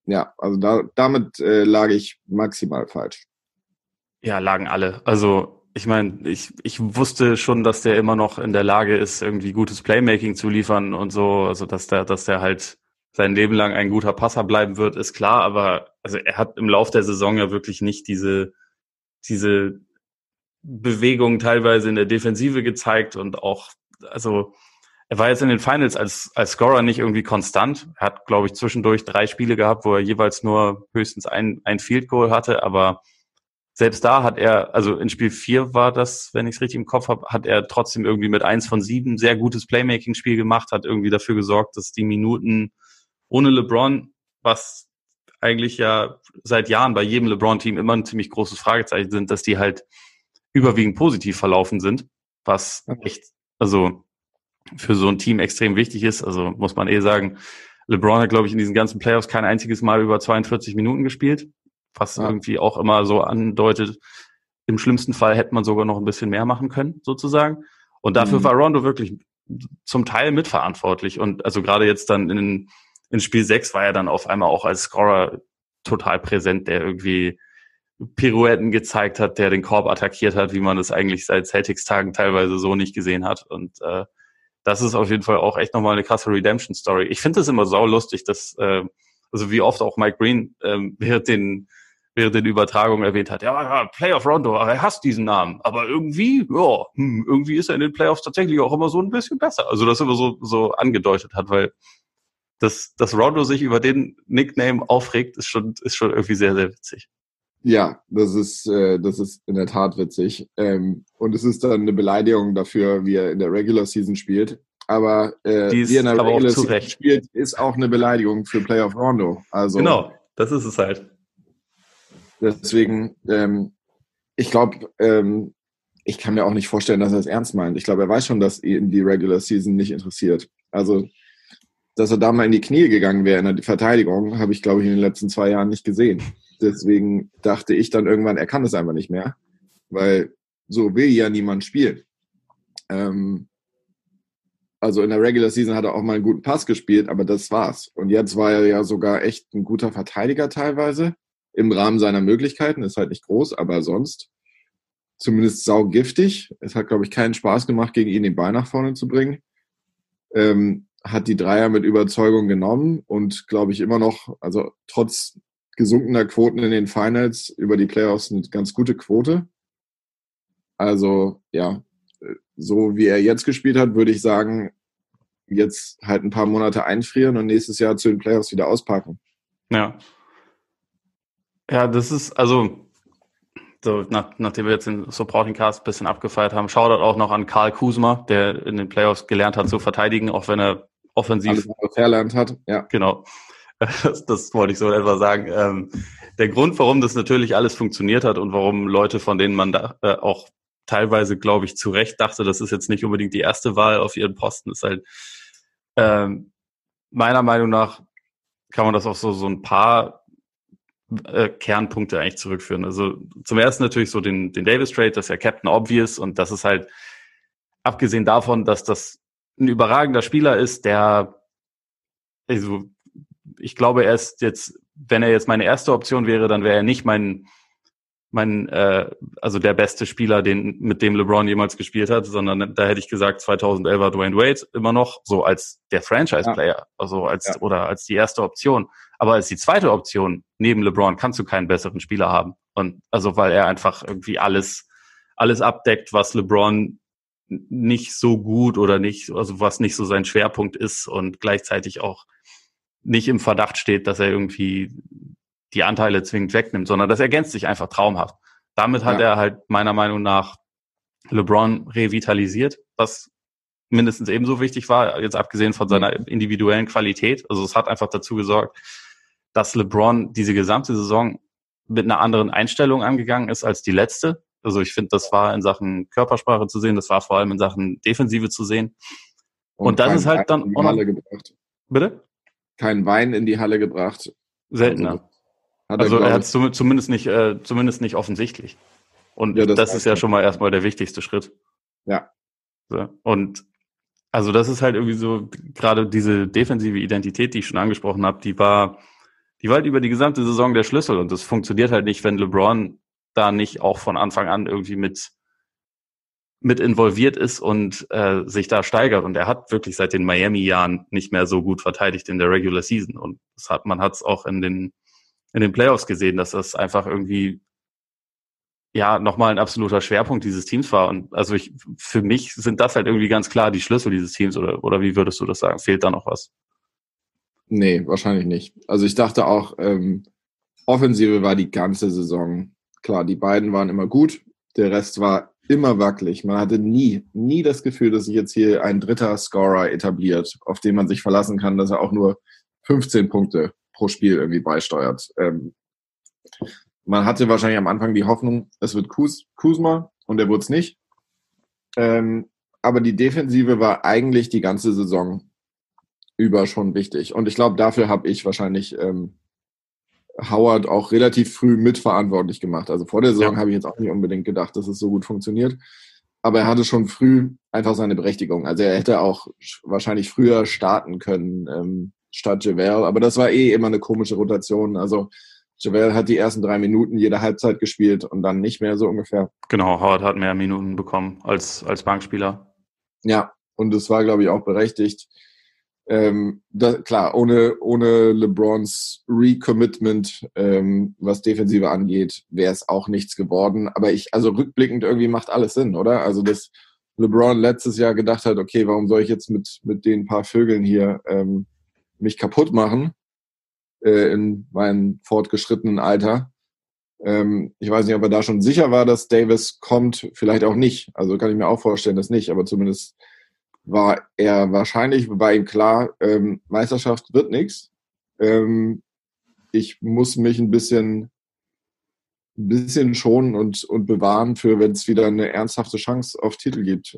Also damit lag ich maximal falsch. Ja, lagen alle. Also ich meine, ich wusste schon, dass der immer noch in der Lage ist, irgendwie gutes Playmaking zu liefern und so, also dass der halt sein Leben lang ein guter Passer bleiben wird, ist klar, aber also er hat im Lauf der Saison ja wirklich nicht diese Bewegung teilweise in der Defensive gezeigt und auch, also er war jetzt in den Finals als Scorer nicht irgendwie konstant. Er hat, glaube ich, zwischendurch 3 Spiele gehabt, wo er jeweils nur höchstens ein Field Goal hatte, aber selbst da hat er, also in Spiel 4 war das, wenn ich es richtig im Kopf habe, hat er trotzdem irgendwie mit 1 von 7 sehr gutes Playmaking-Spiel gemacht, hat irgendwie dafür gesorgt, dass die Minuten ohne LeBron, was eigentlich ja seit Jahren bei jedem LeBron-Team immer ein ziemlich großes Fragezeichen sind, dass die halt überwiegend positiv verlaufen sind, was echt, also für so ein Team extrem wichtig ist. Also muss man sagen, LeBron hat, glaube ich, in diesen ganzen Playoffs kein einziges Mal über 42 Minuten gespielt, was irgendwie auch immer so andeutet, im schlimmsten Fall hätte man sogar noch ein bisschen mehr machen können, sozusagen. Und dafür war Rondo wirklich zum Teil mitverantwortlich. Und also gerade jetzt dann in Spiel 6 war er dann auf einmal auch als Scorer total präsent, der irgendwie Pirouetten gezeigt hat, der den Korb attackiert hat, wie man es eigentlich seit Celtics-Tagen teilweise so nicht gesehen hat. Und das ist auf jeden Fall auch echt nochmal eine krasse Redemption-Story. Ich finde es immer saulustig, dass, also wie oft auch Mike Breen während den Übertragungen erwähnt hat, ja, Playoff Rondo, er hasst diesen Namen, aber irgendwie, ja, irgendwie ist er in den Playoffs tatsächlich auch immer so ein bisschen besser. Also das immer so angedeutet hat, weil dass Rondo sich über den Nickname aufregt, ist schon irgendwie sehr, sehr witzig. Ja, das ist in der Tat witzig. Und es ist dann eine Beleidigung dafür, wie er in der Regular Season spielt. Aber wie er in der Regular Season spielt, ist auch eine Beleidigung für Playoff Rondo. Also, genau, das ist es halt. Deswegen, ich glaube, ich kann mir auch nicht vorstellen, dass er es ernst meint. Ich glaube, er weiß schon, dass ihn die Regular Season nicht interessiert. Also, dass er da mal in die Knie gegangen wäre in der Verteidigung, habe ich, glaube ich, in den letzten 2 Jahren nicht gesehen. Deswegen dachte ich dann irgendwann, er kann es einfach nicht mehr, weil so will ja niemand spielen. Also in der Regular Season hat er auch mal einen guten Pass gespielt, aber das war's. Und jetzt war er ja sogar echt ein guter Verteidiger teilweise, im Rahmen seiner Möglichkeiten, ist halt nicht groß, aber sonst zumindest saugiftig. Es hat, glaube ich, keinen Spaß gemacht, gegen ihn den Ball nach vorne zu bringen. Hat die Dreier mit Überzeugung genommen und, glaube ich, immer noch, also trotz gesunkener Quoten in den Finals über die Playoffs eine ganz gute Quote. Also, ja, so wie er jetzt gespielt hat, würde ich sagen, jetzt halt ein paar Monate einfrieren und nächstes Jahr zu den Playoffs wieder auspacken. Ja. Ja, das ist, also, so, nachdem wir jetzt den Supporting Cast ein bisschen abgefeiert haben, Shoutout auch noch an Karl Kuzma, der in den Playoffs gelernt hat zu verteidigen, auch wenn er offensiv alles verlernt hat. Ja. Genau. Das wollte ich so etwa sagen. Der Grund, warum das natürlich alles funktioniert hat und warum Leute, von denen man da auch teilweise, glaube ich, zu Recht dachte, das ist jetzt nicht unbedingt die erste Wahl auf ihren Posten, ist halt meiner Meinung nach kann man das auf so ein paar Kernpunkte eigentlich zurückführen. Also zum ersten natürlich so den Davis Trade, das ist ja Captain Obvious und das ist halt, abgesehen davon, dass das ein überragender Spieler ist, der, also ich glaube, er ist jetzt, wenn er jetzt meine erste Option wäre, dann wäre er nicht also der beste Spieler, mit dem LeBron jemals gespielt hat, sondern da hätte ich gesagt, 2011 war Dwayne Wade immer noch so als der Franchise-Player, also oder als die erste Option. Aber als die zweite Option neben LeBron kannst du keinen besseren Spieler haben. Und also, weil er einfach irgendwie alles abdeckt, was LeBron nicht so gut oder nicht, also was nicht so sein Schwerpunkt ist und gleichzeitig auch nicht im Verdacht steht, dass er irgendwie die Anteile zwingend wegnimmt, sondern das ergänzt sich einfach traumhaft. Damit hat er halt meiner Meinung nach LeBron revitalisiert, was mindestens ebenso wichtig war, jetzt abgesehen von seiner individuellen Qualität. Also es hat einfach dazu gesorgt, dass LeBron diese gesamte Saison mit einer anderen Einstellung angegangen ist als die letzte. Also ich finde, das war in Sachen Körpersprache zu sehen, das war vor allem in Sachen Defensive zu sehen. Und das ist halt dann auch noch... Bitte? Kein Wein in die Halle gebracht. Seltener. Also er hat es zumindest nicht offensichtlich. Und ja, das ist ja schon mal erstmal der wichtigste Schritt. Ja. So. Und also das ist halt irgendwie so, gerade diese defensive Identität, die ich schon angesprochen habe, die war halt über die gesamte Saison der Schlüssel. Und das funktioniert halt nicht, wenn LeBron da nicht auch von Anfang an irgendwie mit mit involviert ist und sich da steigert. Und er hat wirklich seit den Miami-Jahren nicht mehr so gut verteidigt in der Regular Season. Und man hat es auch in den Playoffs gesehen, dass das einfach irgendwie ja nochmal ein absoluter Schwerpunkt dieses Teams war. Und also für mich sind das halt irgendwie ganz klar die Schlüssel dieses Teams. Oder wie würdest du das sagen? Fehlt da noch was? Nee, wahrscheinlich nicht. Also ich dachte auch, Offensive war die ganze Saison. Klar, die beiden waren immer gut. Der Rest war immer wackelig. Man hatte nie das Gefühl, dass sich jetzt hier ein dritter Scorer etabliert, auf den man sich verlassen kann, dass er auch nur 15 Punkte pro Spiel irgendwie beisteuert. Man hatte wahrscheinlich am Anfang die Hoffnung, es wird Kuzma und er wurde es nicht. Aber die Defensive war eigentlich die ganze Saison über schon wichtig. Und ich glaube, dafür habe ich wahrscheinlich Howard auch relativ früh mitverantwortlich gemacht. Also vor der Saison habe ich jetzt auch nicht unbedingt gedacht, dass es so gut funktioniert. Aber er hatte schon früh einfach seine Berechtigung. Also er hätte auch wahrscheinlich früher starten können statt JaVale. Aber das war immer eine komische Rotation. Also JaVale hat die ersten 3 Minuten jede Halbzeit gespielt und dann nicht mehr so ungefähr. Genau, Howard hat mehr Minuten bekommen als Bankspieler. Ja, und es war, glaube ich, auch berechtigt. Klar, ohne LeBrons Recommitment, was Defensive angeht, wäre es auch nichts geworden. Aber also rückblickend irgendwie macht alles Sinn, oder? Also, dass LeBron letztes Jahr gedacht hat, okay, warum soll ich jetzt mit den paar Vögeln hier mich kaputt machen in meinem fortgeschrittenen Alter? Ich weiß nicht, ob er da schon sicher war, dass Davis kommt, vielleicht auch nicht. Also kann ich mir auch vorstellen, dass nicht, aber zumindest war ihm klar, Meisterschaft wird nichts. Ich muss mich ein bisschen schonen und bewahren für, wenn es wieder eine ernsthafte Chance auf Titel gibt.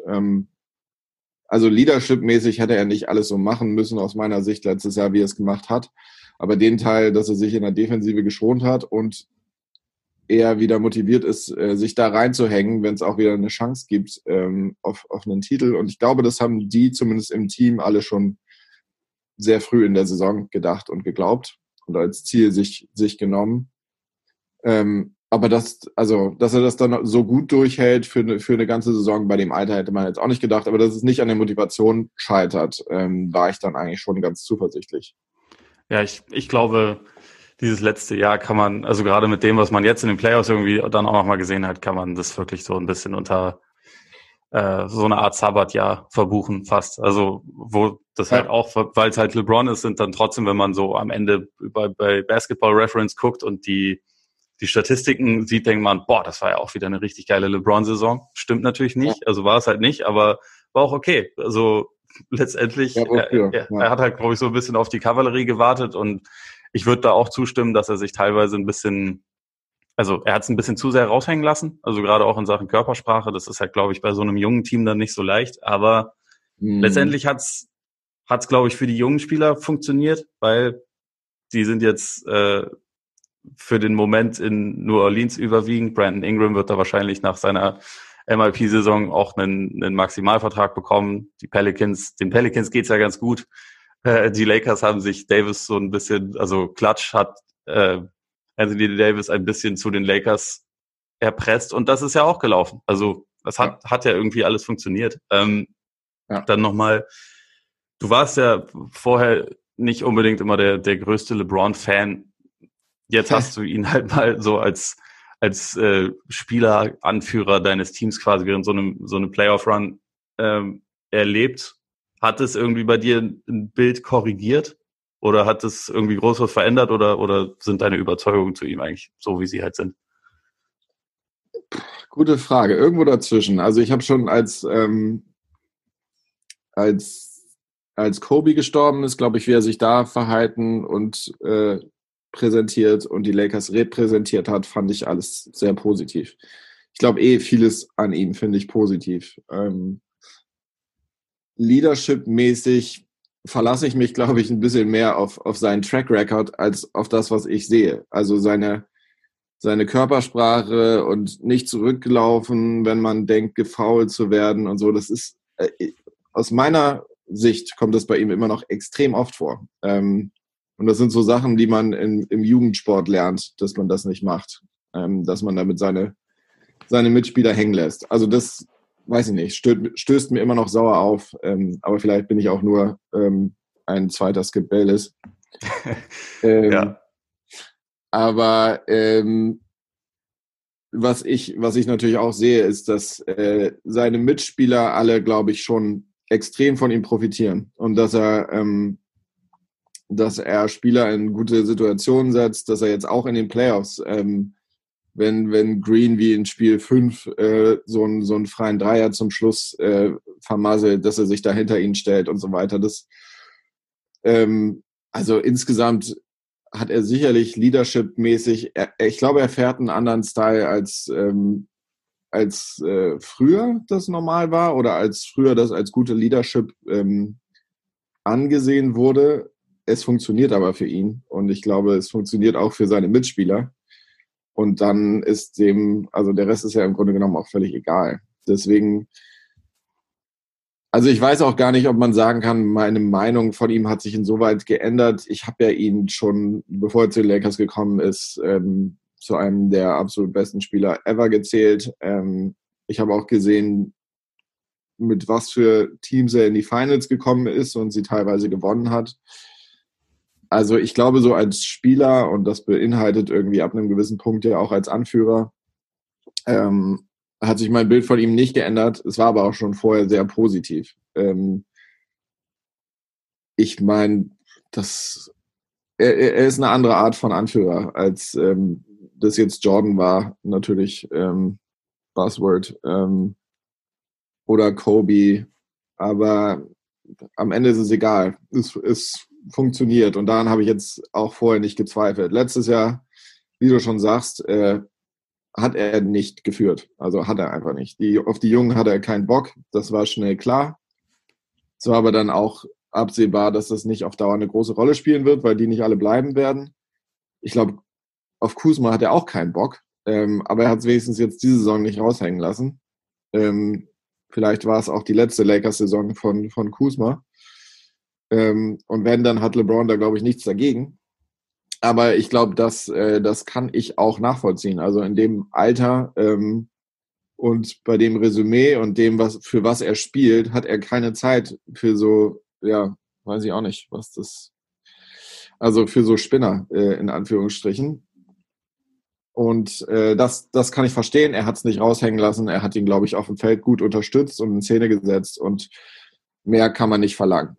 Also Leadership-mäßig hätte er nicht alles so machen müssen, aus meiner Sicht letztes Jahr, wie er es gemacht hat. Aber den Teil, dass er sich in der Defensive geschont hat und eher wieder motiviert ist, sich da reinzuhängen, wenn es auch wieder eine Chance gibt auf einen Titel. Und ich glaube, das haben die zumindest im Team alle schon sehr früh in der Saison gedacht und geglaubt und als Ziel sich genommen. Aber dass er das dann so gut durchhält für eine ganze Saison, bei dem Alter hätte man jetzt auch nicht gedacht, aber dass es nicht an der Motivation scheitert, war ich dann eigentlich schon ganz zuversichtlich. Ja, ich glaube, dieses letzte Jahr kann man, also gerade mit dem, was man jetzt in den Playoffs irgendwie dann auch nochmal gesehen hat, kann man das wirklich so ein bisschen unter so eine Art Sabbatjahr verbuchen fast. Also wo das halt auch, weil es halt LeBron ist, sind dann trotzdem, wenn man so am Ende bei Basketball Reference guckt und die Statistiken sieht, denkt man, boah, das war ja auch wieder eine richtig geile LeBron-Saison. Stimmt natürlich nicht, also war es halt nicht, aber war auch okay. Also letztendlich, er hat halt, glaube ich, so ein bisschen auf die Kavallerie gewartet und ich würde da auch zustimmen, dass er sich teilweise ein bisschen, also er hat es ein bisschen zu sehr raushängen lassen, also gerade auch in Sachen Körpersprache, das ist halt, glaube ich, bei so einem jungen Team dann nicht so leicht, aber letztendlich hat's, glaube ich, für die jungen Spieler funktioniert, weil die sind jetzt für den Moment in New Orleans überwiegend. Brandon Ingram wird da wahrscheinlich nach seiner MIP-Saison auch einen Maximalvertrag bekommen. Den Pelicans geht's ja ganz gut. Die Lakers haben sich Davis so ein bisschen, also Clutch hat Anthony Davis ein bisschen zu den Lakers erpresst und das ist ja auch gelaufen. Also das hat ja irgendwie alles funktioniert. Dann nochmal, du warst ja vorher nicht unbedingt immer der größte LeBron-Fan. Jetzt hast du ihn halt mal so als Spieler, Anführer deines Teams quasi während so einem Playoff-Run erlebt. Hat es irgendwie bei dir ein Bild korrigiert? Oder hat es irgendwie groß was verändert? Oder sind deine Überzeugungen zu ihm eigentlich so, wie sie halt sind? Gute Frage. Irgendwo dazwischen. Also ich habe schon als Kobe gestorben ist, glaube ich, wie er sich da verhalten und präsentiert und die Lakers repräsentiert hat, fand ich alles sehr positiv. Ich glaube vieles an ihm finde ich positiv. Leadership-mäßig verlasse ich mich, glaube ich, ein bisschen mehr auf seinen Track Record als auf das, was ich sehe. Also seine Körpersprache und nicht zurückgelaufen, wenn man denkt, gefoult zu werden und so. Das ist, aus meiner Sicht kommt das bei ihm immer noch extrem oft vor. Und das sind so Sachen, die man im Jugendsport lernt, dass man das nicht macht. Dass man damit seine Mitspieler hängen lässt. Also das weiß ich nicht, stößt mir immer noch sauer auf. Aber vielleicht bin ich auch nur ein zweiter Skip Bayless. Ja. Aber was ich natürlich auch sehe, ist, dass seine Mitspieler alle, glaube ich, schon extrem von ihm profitieren und dass er Spieler in gute Situationen setzt, dass er jetzt auch in den Playoffs, wenn Green wie in Spiel 5 so einen freien Dreier zum Schluss vermasselt, dass er sich da hinter ihn stellt und so weiter. Also insgesamt hat er sicherlich Leadership-mäßig, ich glaube, er fährt einen anderen Style als früher das normal war oder als früher das als gute Leadership angesehen wurde. Es funktioniert aber für ihn und ich glaube, es funktioniert auch für seine Mitspieler. Und dann ist also der Rest ist ja im Grunde genommen auch völlig egal. Deswegen, also ich weiß auch gar nicht, ob man sagen kann, meine Meinung von ihm hat sich insoweit geändert. Ich habe ja ihn schon, bevor er zu den Lakers gekommen ist, zu einem der absolut besten Spieler ever gezählt. Ich habe auch gesehen, mit was für Teams er in die Finals gekommen ist und sie teilweise gewonnen hat. Also ich glaube, so als Spieler, und das beinhaltet irgendwie ab einem gewissen Punkt ja auch als Anführer, hat sich mein Bild von ihm nicht geändert. Es war aber auch schon vorher sehr positiv. Ich meine, er ist eine andere Art von Anführer, als das jetzt Jordan war, natürlich Buzzword, oder Kobe. Aber am Ende ist es egal. Es funktioniert. Und daran habe ich jetzt auch vorher nicht gezweifelt. Letztes Jahr, wie du schon sagst, hat er nicht geführt. Also hat er einfach nicht. Auf die Jungen hatte er keinen Bock. Das war schnell klar. Es war aber dann auch absehbar, dass das nicht auf Dauer eine große Rolle spielen wird, weil die nicht alle bleiben werden. Ich glaube, auf Kuzma hat er auch keinen Bock. Aber er hat es wenigstens jetzt diese Saison nicht raushängen lassen. Vielleicht war es auch die letzte Lakers-Saison von Kuzma. Und wenn, dann hat LeBron da, glaube ich, nichts dagegen. Aber ich glaube, das kann ich auch nachvollziehen. Also in dem Alter und bei dem Resümee und dem, für was er spielt, hat er keine Zeit für so, ja, weiß ich auch nicht, also für so Spinner, in Anführungsstrichen. Und das kann ich verstehen. Er hat es nicht raushängen lassen. Er hat ihn, glaube ich, auf dem Feld gut unterstützt und in Szene gesetzt. Und mehr kann man nicht verlangen.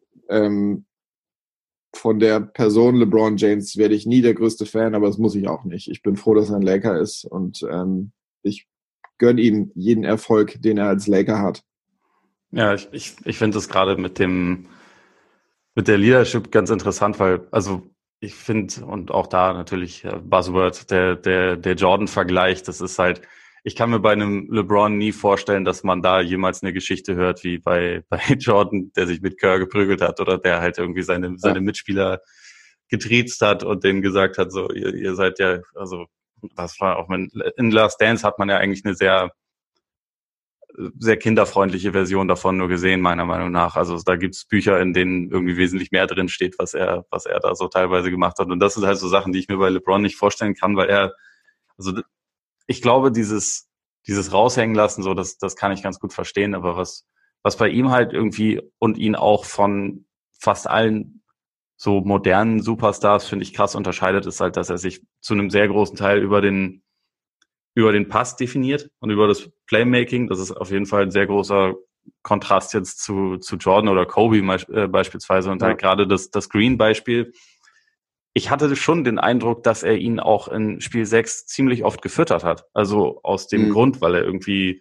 Von der Person LeBron James werde ich nie der größte Fan, aber das muss ich auch nicht. Ich bin froh, dass er ein Laker ist und ich gönne ihm jeden Erfolg, den er als Laker hat. Ja, ich finde das gerade mit der Leadership ganz interessant, weil, also ich finde, und auch da natürlich Buzzword, der Jordan-Vergleich, das ist halt, ich kann mir bei einem LeBron nie vorstellen, dass man da jemals eine Geschichte hört, wie bei Jordan, der sich mit Kerr geprügelt hat oder der halt irgendwie seine Mitspieler getriezt hat und denen gesagt hat, so, ihr seid ja, also das war auch in Last Dance hat man ja eigentlich eine sehr kinderfreundliche Version davon nur gesehen, meiner Meinung nach. Also da gibt's Bücher, in denen irgendwie wesentlich mehr drin steht, was er da so teilweise gemacht hat. Und das sind halt so Sachen, die ich mir bei LeBron nicht vorstellen kann, weil also ich glaube, dieses raushängen lassen, so, das kann ich ganz gut verstehen. Aber was bei ihm halt irgendwie und ihn auch von fast allen so modernen Superstars, finde ich, krass unterscheidet, ist halt, dass er sich zu einem sehr großen Teil über den Pass definiert und über das Playmaking. Das ist auf jeden Fall ein sehr großer Kontrast jetzt zu Jordan oder Kobe beispielsweise. Und halt gerade das Green-Beispiel. Ich hatte schon den Eindruck, dass er ihn auch in Spiel 6 ziemlich oft gefüttert hat. Also aus dem Grund, weil er irgendwie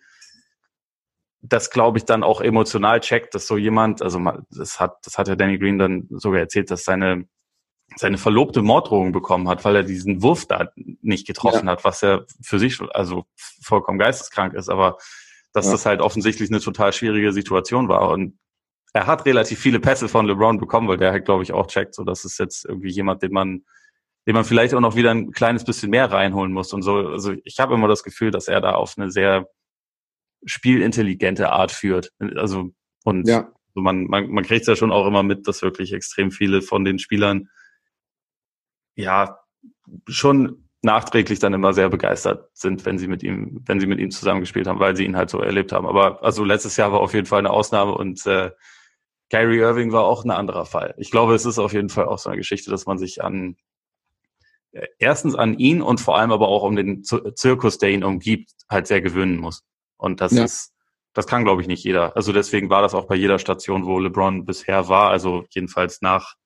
das, glaube ich, dann auch emotional checkt, dass so jemand, also das hat ja Danny Green dann sogar erzählt, dass seine Verlobte Morddrohungen bekommen hat, weil er diesen Wurf da nicht getroffen hat, was ja für sich also vollkommen geisteskrank ist, aber dass das halt offensichtlich eine total schwierige Situation war. Und er hat relativ viele Pässe von LeBron bekommen, weil der halt, glaube ich, auch checkt, so dass es jetzt irgendwie jemand, den man vielleicht auch noch wieder ein kleines bisschen mehr reinholen muss und so. Also ich habe immer das Gefühl, dass er da auf eine sehr spielintelligente Art führt. Also und so man kriegt es ja schon auch immer mit, dass wirklich extrem viele von den Spielern ja schon nachträglich dann immer sehr begeistert sind, wenn sie mit ihm zusammengespielt haben, weil sie ihn halt so erlebt haben. Aber also letztes Jahr war auf jeden Fall eine Ausnahme und Kyrie Irving war auch ein anderer Fall. Ich glaube, es ist auf jeden Fall auch so eine Geschichte, dass man sich erstens an ihn und vor allem aber auch um den Zirkus, der ihn umgibt, halt sehr gewöhnen muss. Und das kann, glaube ich, nicht jeder. Also deswegen war das auch bei jeder Station, wo LeBron bisher war, also jedenfalls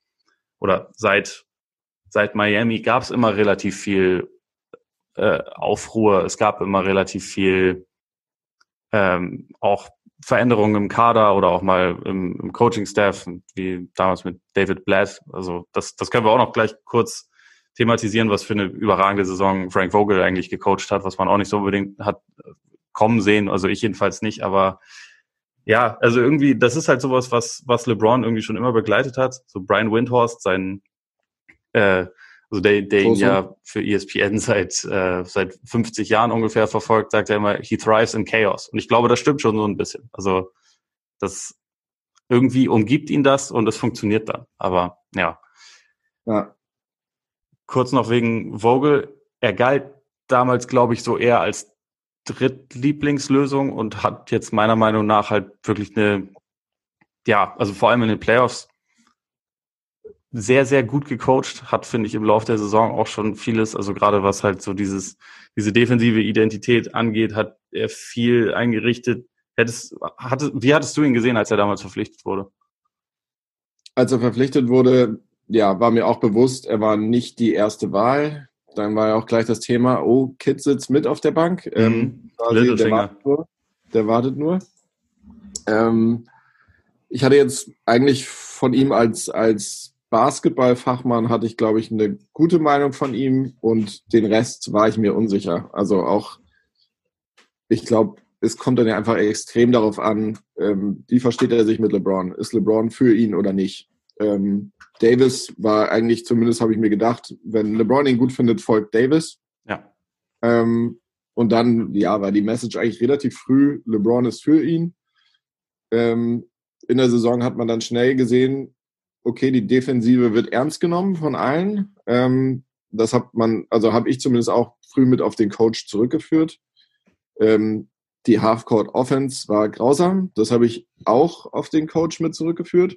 seit Miami gab es immer relativ viel Aufruhr. Es gab immer relativ viel auch Veränderungen im Kader oder auch mal im Coaching-Staff, wie damals mit David Blatt. Also das können wir auch noch gleich kurz thematisieren, was für eine überragende Saison Frank Vogel eigentlich gecoacht hat, was man auch nicht so unbedingt hat kommen sehen. Also ich jedenfalls nicht, aber ja, also irgendwie, das ist halt sowas, was LeBron irgendwie schon immer begleitet hat. So Brian Windhorst, also der ihn ja für ESPN seit 50 Jahren ungefähr verfolgt, sagt er immer, he thrives in chaos. Und ich glaube, das stimmt schon so ein bisschen. Also das irgendwie umgibt ihn das und es funktioniert dann. Aber ja. Kurz noch wegen Vogel. Er galt damals, glaube ich, so eher als Drittlieblingslösung und hat jetzt meiner Meinung nach halt wirklich also vor allem in den Playoffs sehr, sehr gut gecoacht, hat, finde ich, im Laufe der Saison auch schon vieles, also gerade was halt so diese defensive Identität angeht, hat er viel eingerichtet. Wie hattest du ihn gesehen, als er damals verpflichtet wurde? Als er verpflichtet wurde, ja, war mir auch bewusst, er war nicht die erste Wahl. Dann war ja auch gleich das Thema, Kid sitzt mit auf der Bank. Der wartet nur. Ich hatte jetzt eigentlich von ihm als Basketballfachmann hatte ich, glaube ich, eine gute Meinung von ihm und den Rest war ich mir unsicher. Also auch, ich glaube, es kommt dann ja einfach extrem darauf an, wie versteht er sich mit LeBron? Ist LeBron für ihn oder nicht? Davis war eigentlich, zumindest habe ich mir gedacht, wenn LeBron ihn gut findet, folgt Davis. Ja. Und dann, war die Message eigentlich relativ früh, LeBron ist für ihn. In der Saison hat man dann schnell gesehen, okay, die Defensive wird ernst genommen von allen. Das habe ich zumindest auch früh mit auf den Coach zurückgeführt. Die Half-Court-Offense war grausam. Das habe ich auch auf den Coach mit zurückgeführt.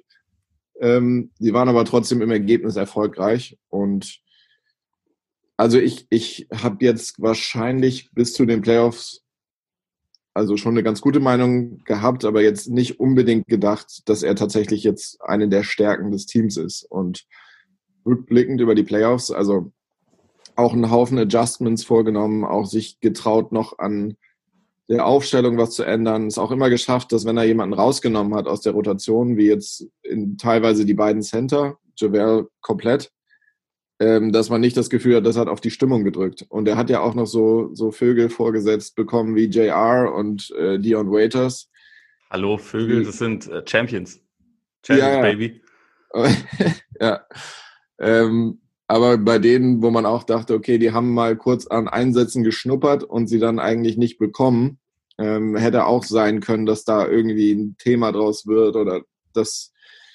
Die waren aber trotzdem im Ergebnis erfolgreich. Und also ich habe jetzt wahrscheinlich bis zu den Playoffs also schon eine ganz gute Meinung gehabt, aber jetzt nicht unbedingt gedacht, dass er tatsächlich jetzt eine der Stärken des Teams ist. Und rückblickend über die Playoffs, also auch einen Haufen Adjustments vorgenommen, auch sich getraut, noch an der Aufstellung was zu ändern. Es auch immer geschafft, dass wenn er jemanden rausgenommen hat aus der Rotation, wie jetzt teilweise die beiden Center, JaVale komplett, dass man nicht das Gefühl hat, das hat auf die Stimmung gedrückt. Und er hat ja auch noch so Vögel vorgesetzt bekommen wie JR und Dion Waiters. Hallo, Vögel, das sind Champions. Champions, Baby. Ja. Aber bei denen, wo man auch dachte, okay, die haben mal kurz an Einsätzen geschnuppert und sie dann eigentlich nicht bekommen, hätte auch sein können, dass da irgendwie ein Thema draus wird oder das.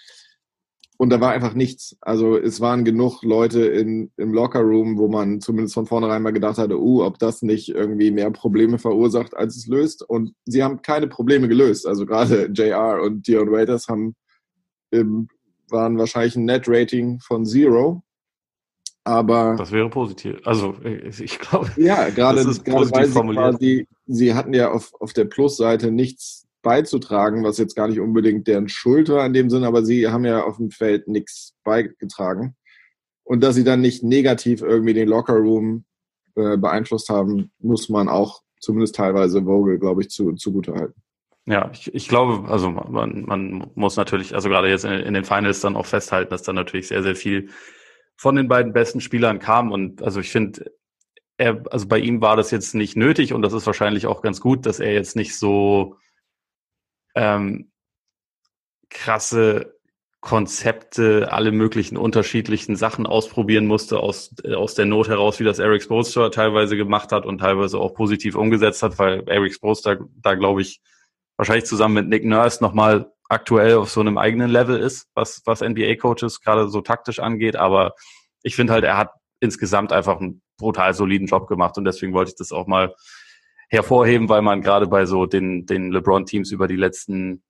Und da war einfach nichts. Also es waren genug Leute im Lockerroom, wo man zumindest von vornherein mal gedacht hatte, ob das nicht irgendwie mehr Probleme verursacht, als es löst. Und sie haben keine Probleme gelöst. Also gerade JR und Dion Waiters waren wahrscheinlich ein Net-Rating von 0. Aber das wäre positiv. Also ich glaube, ja, gerade weil sie hatten ja auf der Plusseite nichts beizutragen, was jetzt gar nicht unbedingt deren Schuld war in dem Sinne, aber sie haben ja auf dem Feld nichts beigetragen. Und dass sie dann nicht negativ irgendwie den Lockerroom beeinflusst haben, muss man auch zumindest teilweise Vogel, glaube ich, zugute halten. Ja, ich glaube, also man muss natürlich, also gerade jetzt in den Finals dann auch festhalten, dass dann natürlich sehr, sehr viel von den beiden besten Spielern kam. Und also ich finde, also bei ihm war das jetzt nicht nötig und das ist wahrscheinlich auch ganz gut, dass er jetzt nicht so krasse Konzepte, alle möglichen unterschiedlichen Sachen ausprobieren musste aus der Not heraus, wie das Erik Spoelstra teilweise gemacht hat und teilweise auch positiv umgesetzt hat, weil Erik Spoelstra da glaube ich wahrscheinlich zusammen mit Nick Nurse nochmal aktuell auf so einem eigenen Level ist, was NBA-Coaches gerade so taktisch angeht, aber ich finde halt, er hat insgesamt einfach ein brutal soliden Job gemacht und deswegen wollte ich das auch mal hervorheben, weil man gerade bei so den LeBron-Teams über die letzten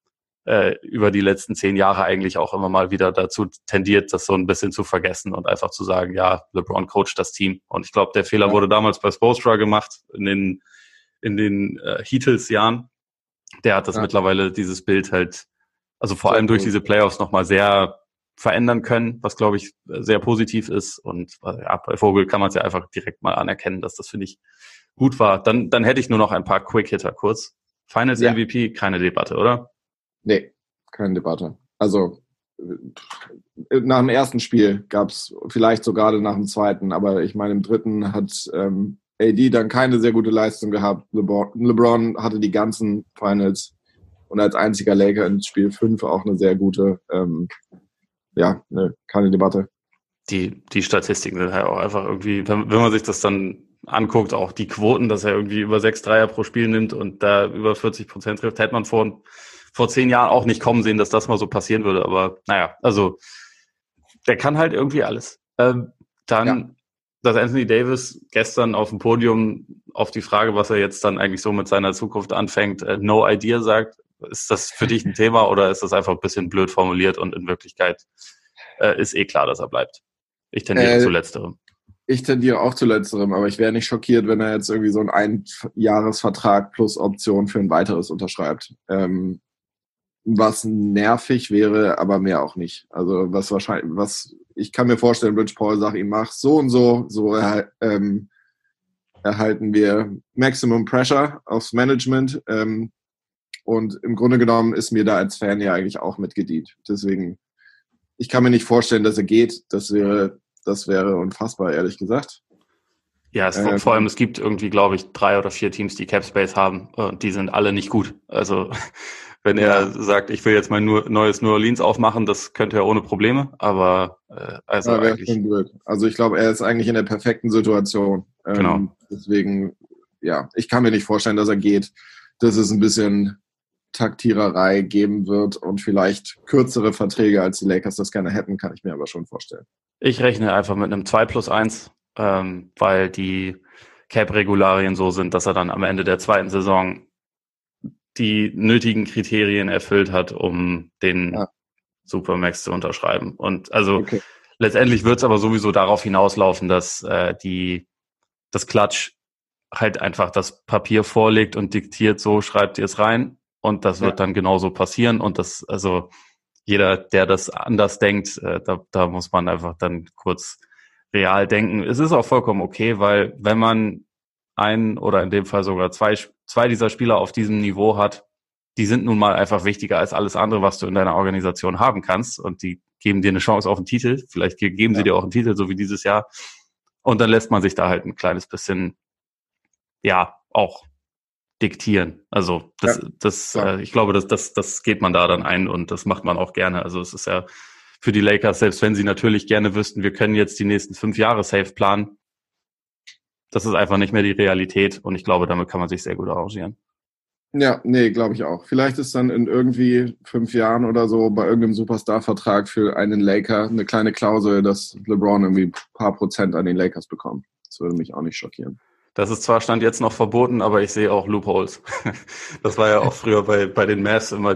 10 Jahre eigentlich auch immer mal wieder dazu tendiert, das so ein bisschen zu vergessen und einfach zu sagen, ja, LeBron coacht das Team. Und ich glaube, der Fehler wurde damals bei Spoelstra gemacht, in den Heatles-Jahren. Der hat das mittlerweile, dieses Bild halt, also vor allem durch diese Playoffs nochmal sehr verändern können, was, glaube ich, sehr positiv ist. Und ja, bei Vogel kann man es ja einfach direkt mal anerkennen, dass das, finde ich, gut war. Dann hätte ich nur noch ein paar Quick-Hitter kurz. Finals MVP, keine Debatte, oder? Nee, keine Debatte. Also nach dem ersten Spiel gab es vielleicht so gerade nach dem zweiten, aber ich meine, im dritten hat AD dann keine sehr gute Leistung gehabt. LeBron hatte die ganzen Finals und als einziger Laker in Spiel 5 auch eine sehr gute, keine Debatte. Die Statistiken sind halt auch einfach irgendwie, wenn man sich das dann anguckt, auch die Quoten, dass er irgendwie über 6 Dreier pro Spiel nimmt und da über 40% trifft, hätte man vor 10 Jahren auch nicht kommen sehen, dass das mal so passieren würde. Aber naja, also der kann halt irgendwie alles. Dass Anthony Davis gestern auf dem Podium auf die Frage, was er jetzt dann eigentlich so mit seiner Zukunft anfängt, no idea sagt, ist das für dich ein Thema oder ist das einfach ein bisschen blöd formuliert und in Wirklichkeit ist klar, dass er bleibt? Ich tendiere zu Letzterem. Ich tendiere auch zu Letzterem, aber ich wäre nicht schockiert, wenn er jetzt irgendwie so einen Einjahresvertrag plus Option für ein weiteres unterschreibt. Was nervig wäre, aber mehr auch nicht. Also ich kann mir vorstellen, Rich Paul sagt ihm, mach so und so erhalten wir Maximum Pressure aufs Management. Und im Grunde genommen ist mir da als Fan ja eigentlich auch mitgedient. Deswegen, ich kann mir nicht vorstellen, dass er geht. Das wäre unfassbar, ehrlich gesagt. Ja, vor allem, es gibt irgendwie, glaube ich, 3 oder 4 Teams, die Cap Space haben und die sind alle nicht gut. Also wenn er sagt, ich will jetzt mein neues New Orleans aufmachen, das könnte er ohne Probleme, aber eigentlich schon blöd. Also ich glaube, er ist eigentlich in der perfekten Situation. Genau. Deswegen, ja, ich kann mir nicht vorstellen, dass er geht, dass es ein bisschen Taktiererei geben wird und vielleicht kürzere Verträge, als die Lakers das gerne hätten, kann ich mir aber schon vorstellen. Ich rechne einfach mit einem 2+1, weil die Cap-Regularien so sind, dass er dann am Ende der zweiten Saison die nötigen Kriterien erfüllt hat, um den Supermax zu unterschreiben. Und also letztendlich wird es aber sowieso darauf hinauslaufen, dass das Klatsch halt einfach das Papier vorlegt und diktiert, so schreibt ihr es rein. Und das wird dann genauso passieren. Und das, also jeder, der das anders denkt, da muss man einfach dann kurz real denken. Es ist auch vollkommen okay, weil wenn man einen oder in dem Fall sogar zwei dieser Spieler auf diesem Niveau hat, die sind nun mal einfach wichtiger als alles andere, was du in deiner Organisation haben kannst. Und die geben dir eine Chance auf einen Titel. Vielleicht geben sie dir auch einen Titel, so wie dieses Jahr. Und dann lässt man sich da halt ein kleines bisschen, auch diktieren. Also ich glaube, das geht man da dann ein und das macht man auch gerne. Also es ist ja für die Lakers, selbst wenn sie natürlich gerne wüssten, wir können jetzt die nächsten 5 Jahre safe planen, das ist einfach nicht mehr die Realität und ich glaube, damit kann man sich sehr gut arrangieren. Ja, nee, glaube ich auch. Vielleicht ist dann in irgendwie 5 Jahren oder so bei irgendeinem Superstar-Vertrag für einen Laker eine kleine Klausel, dass LeBron irgendwie ein paar Prozent an den Lakers bekommt. Das würde mich auch nicht schockieren. Das ist zwar Stand jetzt noch verboten, aber ich sehe auch Loopholes. Das war ja auch früher bei den Mavs immer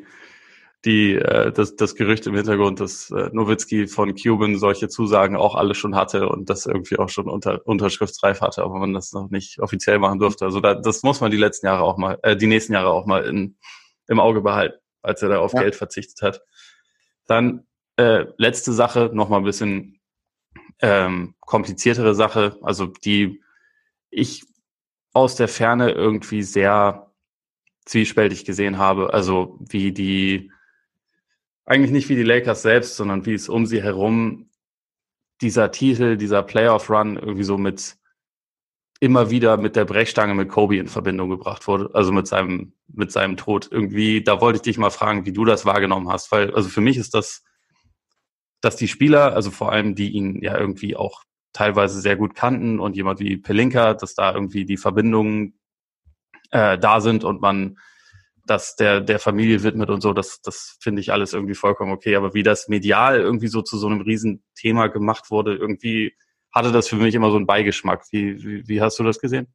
das Gerücht im Hintergrund, dass Nowitzki von Cuban solche Zusagen auch alle schon hatte und das irgendwie auch schon unterschriftsreif hatte, aber man das noch nicht offiziell machen durfte. Also das muss man die nächsten Jahre auch mal im Auge behalten, als er da auf Geld verzichtet hat. Dann letzte Sache, noch mal ein bisschen kompliziertere Sache, also die ich aus der Ferne irgendwie sehr zwiespältig gesehen habe, also eigentlich nicht wie die Lakers selbst, sondern wie es um sie herum dieser Titel, dieser Playoff-Run irgendwie so immer wieder mit der Brechstange mit Kobe in Verbindung gebracht wurde, also mit seinem Tod. Irgendwie, da wollte ich dich mal fragen, wie du das wahrgenommen hast, weil, also für mich ist das, dass die Spieler, also vor allem die ihn ja irgendwie auch teilweise sehr gut kannten und jemand wie Pelinka, dass da irgendwie die Verbindungen da sind und man das der Familie widmet und so, das finde ich alles irgendwie vollkommen okay. Aber wie das medial irgendwie so zu so einem Riesenthema gemacht wurde, irgendwie hatte das für mich immer so einen Beigeschmack. Wie hast du das gesehen?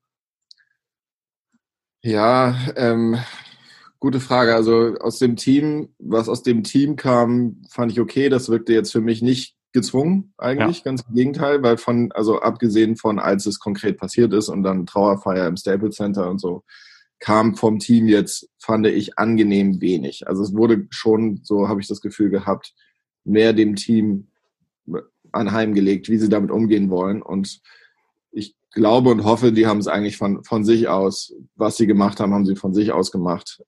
Ja, gute Frage. Also was aus dem Team kam, fand ich okay. Das wirkte jetzt für mich nicht gezwungen, eigentlich. Ja. Ganz im Gegenteil, weil also abgesehen von, als es konkret passiert ist und dann Trauerfeier im Staples Center und so, kam vom Team jetzt, fand ich, angenehm wenig. Also es wurde schon, so habe ich das Gefühl gehabt, mehr dem Team anheimgelegt, wie sie damit umgehen wollen. Und ich glaube und hoffe, die haben es eigentlich von sich aus, was sie gemacht haben, haben sie von sich aus gemacht.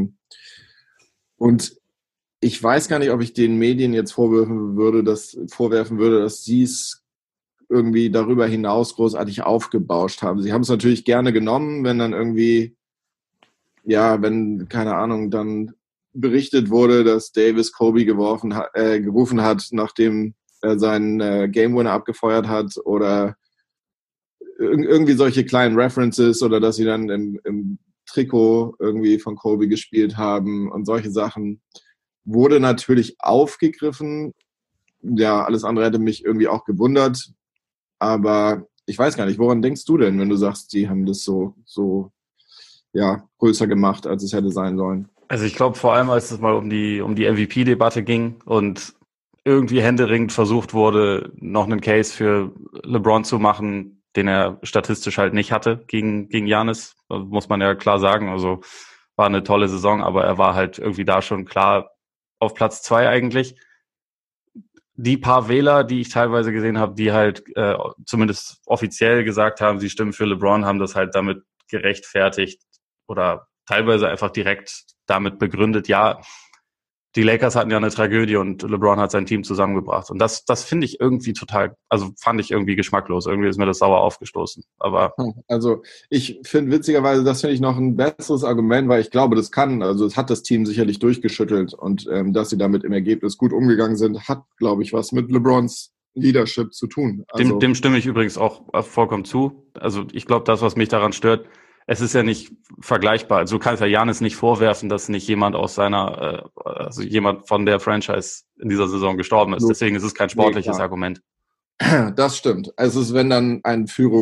Und ich weiß gar nicht, ob ich den Medien jetzt vorwerfen würde, dass sie es irgendwie darüber hinaus großartig aufgebauscht haben. Sie haben es natürlich gerne genommen, wenn dann irgendwie, ja, wenn, keine Ahnung, dann berichtet wurde, dass Davis Kobe gerufen hat, nachdem er seinen Game Winner abgefeuert hat, oder irgendwie solche kleinen References, oder dass sie dann im Trikot irgendwie von Kobe gespielt haben und solche Sachen, wurde natürlich aufgegriffen. Ja, alles andere hätte mich irgendwie auch gewundert. Aber ich weiß gar nicht, woran denkst du denn, wenn du sagst, die haben das so größer gemacht, als es hätte sein sollen? Also ich glaube vor allem, als es mal um die MVP-Debatte ging und irgendwie händeringend versucht wurde, noch einen Case für LeBron zu machen, den er statistisch halt nicht hatte gegen Giannis, muss man ja klar sagen. Also war eine tolle Saison, aber er war halt irgendwie da schon klar auf Platz 2 eigentlich. Die paar Wähler, die ich teilweise gesehen habe, die halt zumindest offiziell gesagt haben, sie stimmen für LeBron, haben das halt damit gerechtfertigt oder teilweise einfach direkt damit begründet, ja, die Lakers hatten ja eine Tragödie und LeBron hat sein Team zusammengebracht. Und das finde ich irgendwie fand ich irgendwie geschmacklos. Irgendwie ist mir das sauer aufgestoßen. Aber also ich finde witzigerweise, das finde ich noch ein besseres Argument, weil ich glaube, das hat das Team sicherlich durchgeschüttelt, und dass sie damit im Ergebnis gut umgegangen sind, hat, glaube ich, was mit LeBrons Leadership zu tun. Also, dem stimme ich übrigens auch vollkommen zu. Also ich glaube, das, was mich daran stört, es ist ja nicht vergleichbar. Also du kannst ja Giannis nicht vorwerfen, dass nicht jemand also jemand von der Franchise in dieser Saison gestorben ist. Deswegen ist es kein sportliches Argument. Das stimmt. Es ist, wenn dann, ein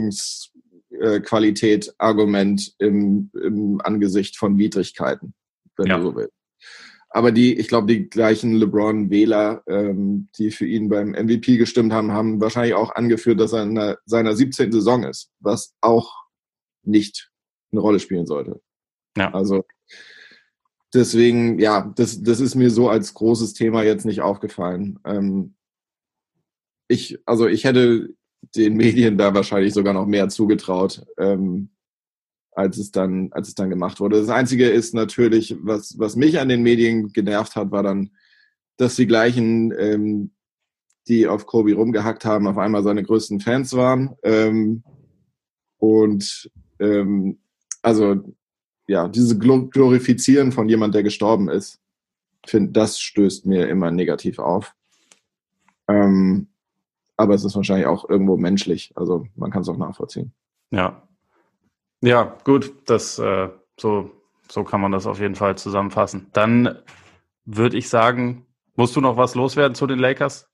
Führungsqualität-Argument im Angesicht von Widrigkeiten, wenn du so willst. Aber ich glaube, die gleichen LeBron-Wähler, die für ihn beim MVP gestimmt haben, haben wahrscheinlich auch angeführt, dass er in seiner 17. Saison ist, was auch nicht eine Rolle spielen sollte. Ja. Also deswegen, ja, das ist mir so als großes Thema jetzt nicht aufgefallen. Ich hätte den Medien da wahrscheinlich sogar noch mehr zugetraut, als es dann gemacht wurde. Das Einzige ist natürlich, was mich an den Medien genervt hat, war dann, dass die gleichen, die auf Kobe rumgehackt haben, auf einmal seine größten Fans waren. Dieses Glorifizieren von jemand, der gestorben ist, das stößt mir immer negativ auf. Aber es ist wahrscheinlich auch irgendwo menschlich. Also man kann es auch nachvollziehen. Ja. Ja, gut. So kann man das auf jeden Fall zusammenfassen. Dann würde ich sagen, musst du noch was loswerden zu den Lakers?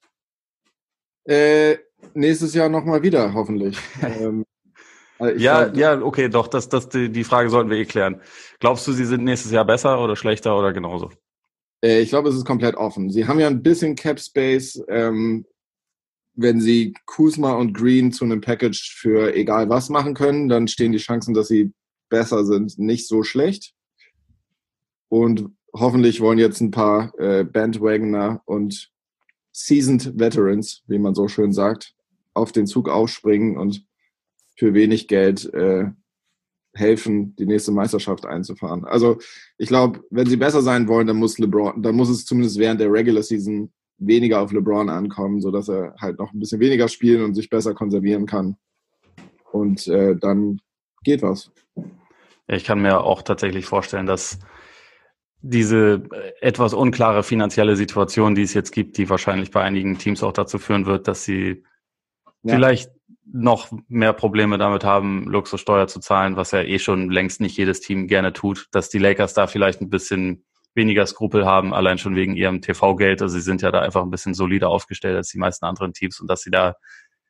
Nächstes Jahr nochmal wieder, hoffentlich. Okay, doch, die Frage sollten wir klären. Glaubst du, sie sind nächstes Jahr besser oder schlechter oder genauso? Ich glaube, es ist komplett offen. Sie haben ja ein bisschen Cap Space. Wenn sie Kuzma und Green zu einem Package für egal was machen können, dann stehen die Chancen, dass sie besser sind, nicht so schlecht. Und hoffentlich wollen jetzt ein paar Bandwagoner und Seasoned Veterans, wie man so schön sagt, auf den Zug aufspringen und für wenig Geld helfen, die nächste Meisterschaft einzufahren. Also ich glaube, wenn sie besser sein wollen, dann muss es zumindest während der Regular Season weniger auf LeBron ankommen, sodass er halt noch ein bisschen weniger spielen und sich besser konservieren kann. Und dann geht was. Ja, ich kann mir auch tatsächlich vorstellen, dass diese etwas unklare finanzielle Situation, die es jetzt gibt, die wahrscheinlich bei einigen Teams auch dazu führen wird, dass sie vielleicht noch mehr Probleme damit haben, Luxussteuer zu zahlen, was ja schon längst nicht jedes Team gerne tut, dass die Lakers da vielleicht ein bisschen weniger Skrupel haben, allein schon wegen ihrem TV-Geld. Also sie sind ja da einfach ein bisschen solider aufgestellt als die meisten anderen Teams, und dass sie da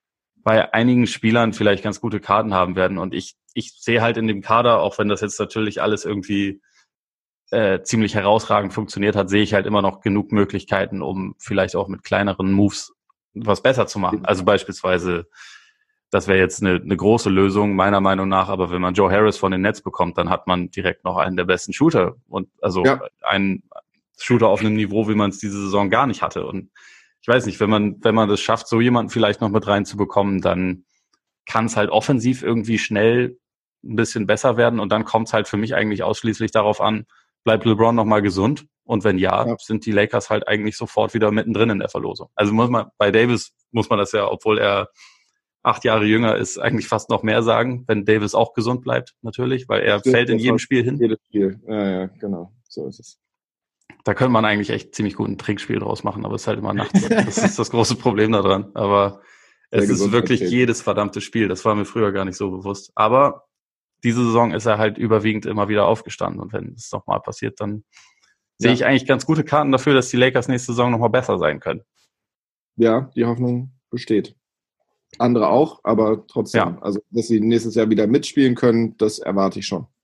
bei einigen Spielern vielleicht ganz gute Karten haben werden. Und ich sehe halt in dem Kader, auch wenn das jetzt natürlich alles irgendwie ziemlich herausragend funktioniert hat, sehe ich halt immer noch genug Möglichkeiten, um vielleicht auch mit kleineren Moves was besser zu machen. Also beispielsweise, das wäre jetzt eine große Lösung, meiner Meinung nach, aber wenn man Joe Harris von den Nets bekommt, dann hat man direkt noch einen der besten Shooter und also einen Shooter auf einem Niveau, wie man es diese Saison gar nicht hatte. Und ich weiß nicht, wenn man das schafft, so jemanden vielleicht noch mit reinzubekommen, dann kann es halt offensiv irgendwie schnell ein bisschen besser werden und dann kommt es halt für mich eigentlich ausschließlich darauf an, bleibt LeBron nochmal gesund? Und wenn ja, sind die Lakers halt eigentlich sofort wieder mittendrin in der Verlosung. Also bei Davis muss man das ja, obwohl er 8 Jahre jünger ist, eigentlich fast noch mehr sagen, wenn Davis auch gesund bleibt, natürlich, weil er fällt in jedem Spiel hin. Jedes Spiel, ja, genau, so ist es. Da könnte man eigentlich echt ziemlich gut ein Trinkspiel draus machen, aber es ist halt immer nachts. Das ist das große Problem daran. Aber es ist wirklich jedes verdammte Spiel. Das war mir früher gar nicht so bewusst. Aber diese Saison ist er halt überwiegend immer wieder aufgestanden. Und wenn es nochmal passiert, dann sehe ich eigentlich ganz gute Karten dafür, dass die Lakers nächste Saison nochmal besser sein können. Ja, die Hoffnung besteht. Andere auch, aber trotzdem. Ja. Also, dass sie nächstes Jahr wieder mitspielen können, das erwarte ich schon.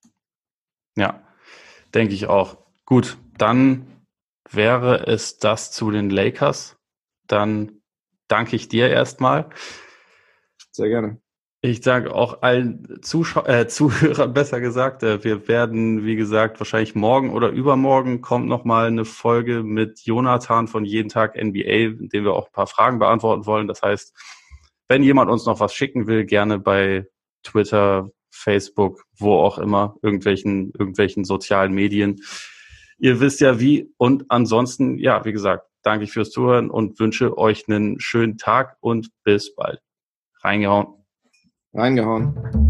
Ja, denke ich auch. Gut, dann wäre es das zu den Lakers. Dann danke ich dir erstmal. Sehr gerne. Ich danke auch allen Zuhörern, besser gesagt. Wir werden, wie gesagt, wahrscheinlich morgen oder übermorgen kommt nochmal eine Folge mit Jonathan von Jeden Tag NBA, in dem wir auch ein paar Fragen beantworten wollen. Das heißt, wenn jemand uns noch was schicken will, gerne bei Twitter, Facebook, wo auch immer, irgendwelchen sozialen Medien. Ihr wisst ja wie. Und ansonsten, ja, wie gesagt, danke ich fürs Zuhören und wünsche euch einen schönen Tag und bis bald. Reingehauen.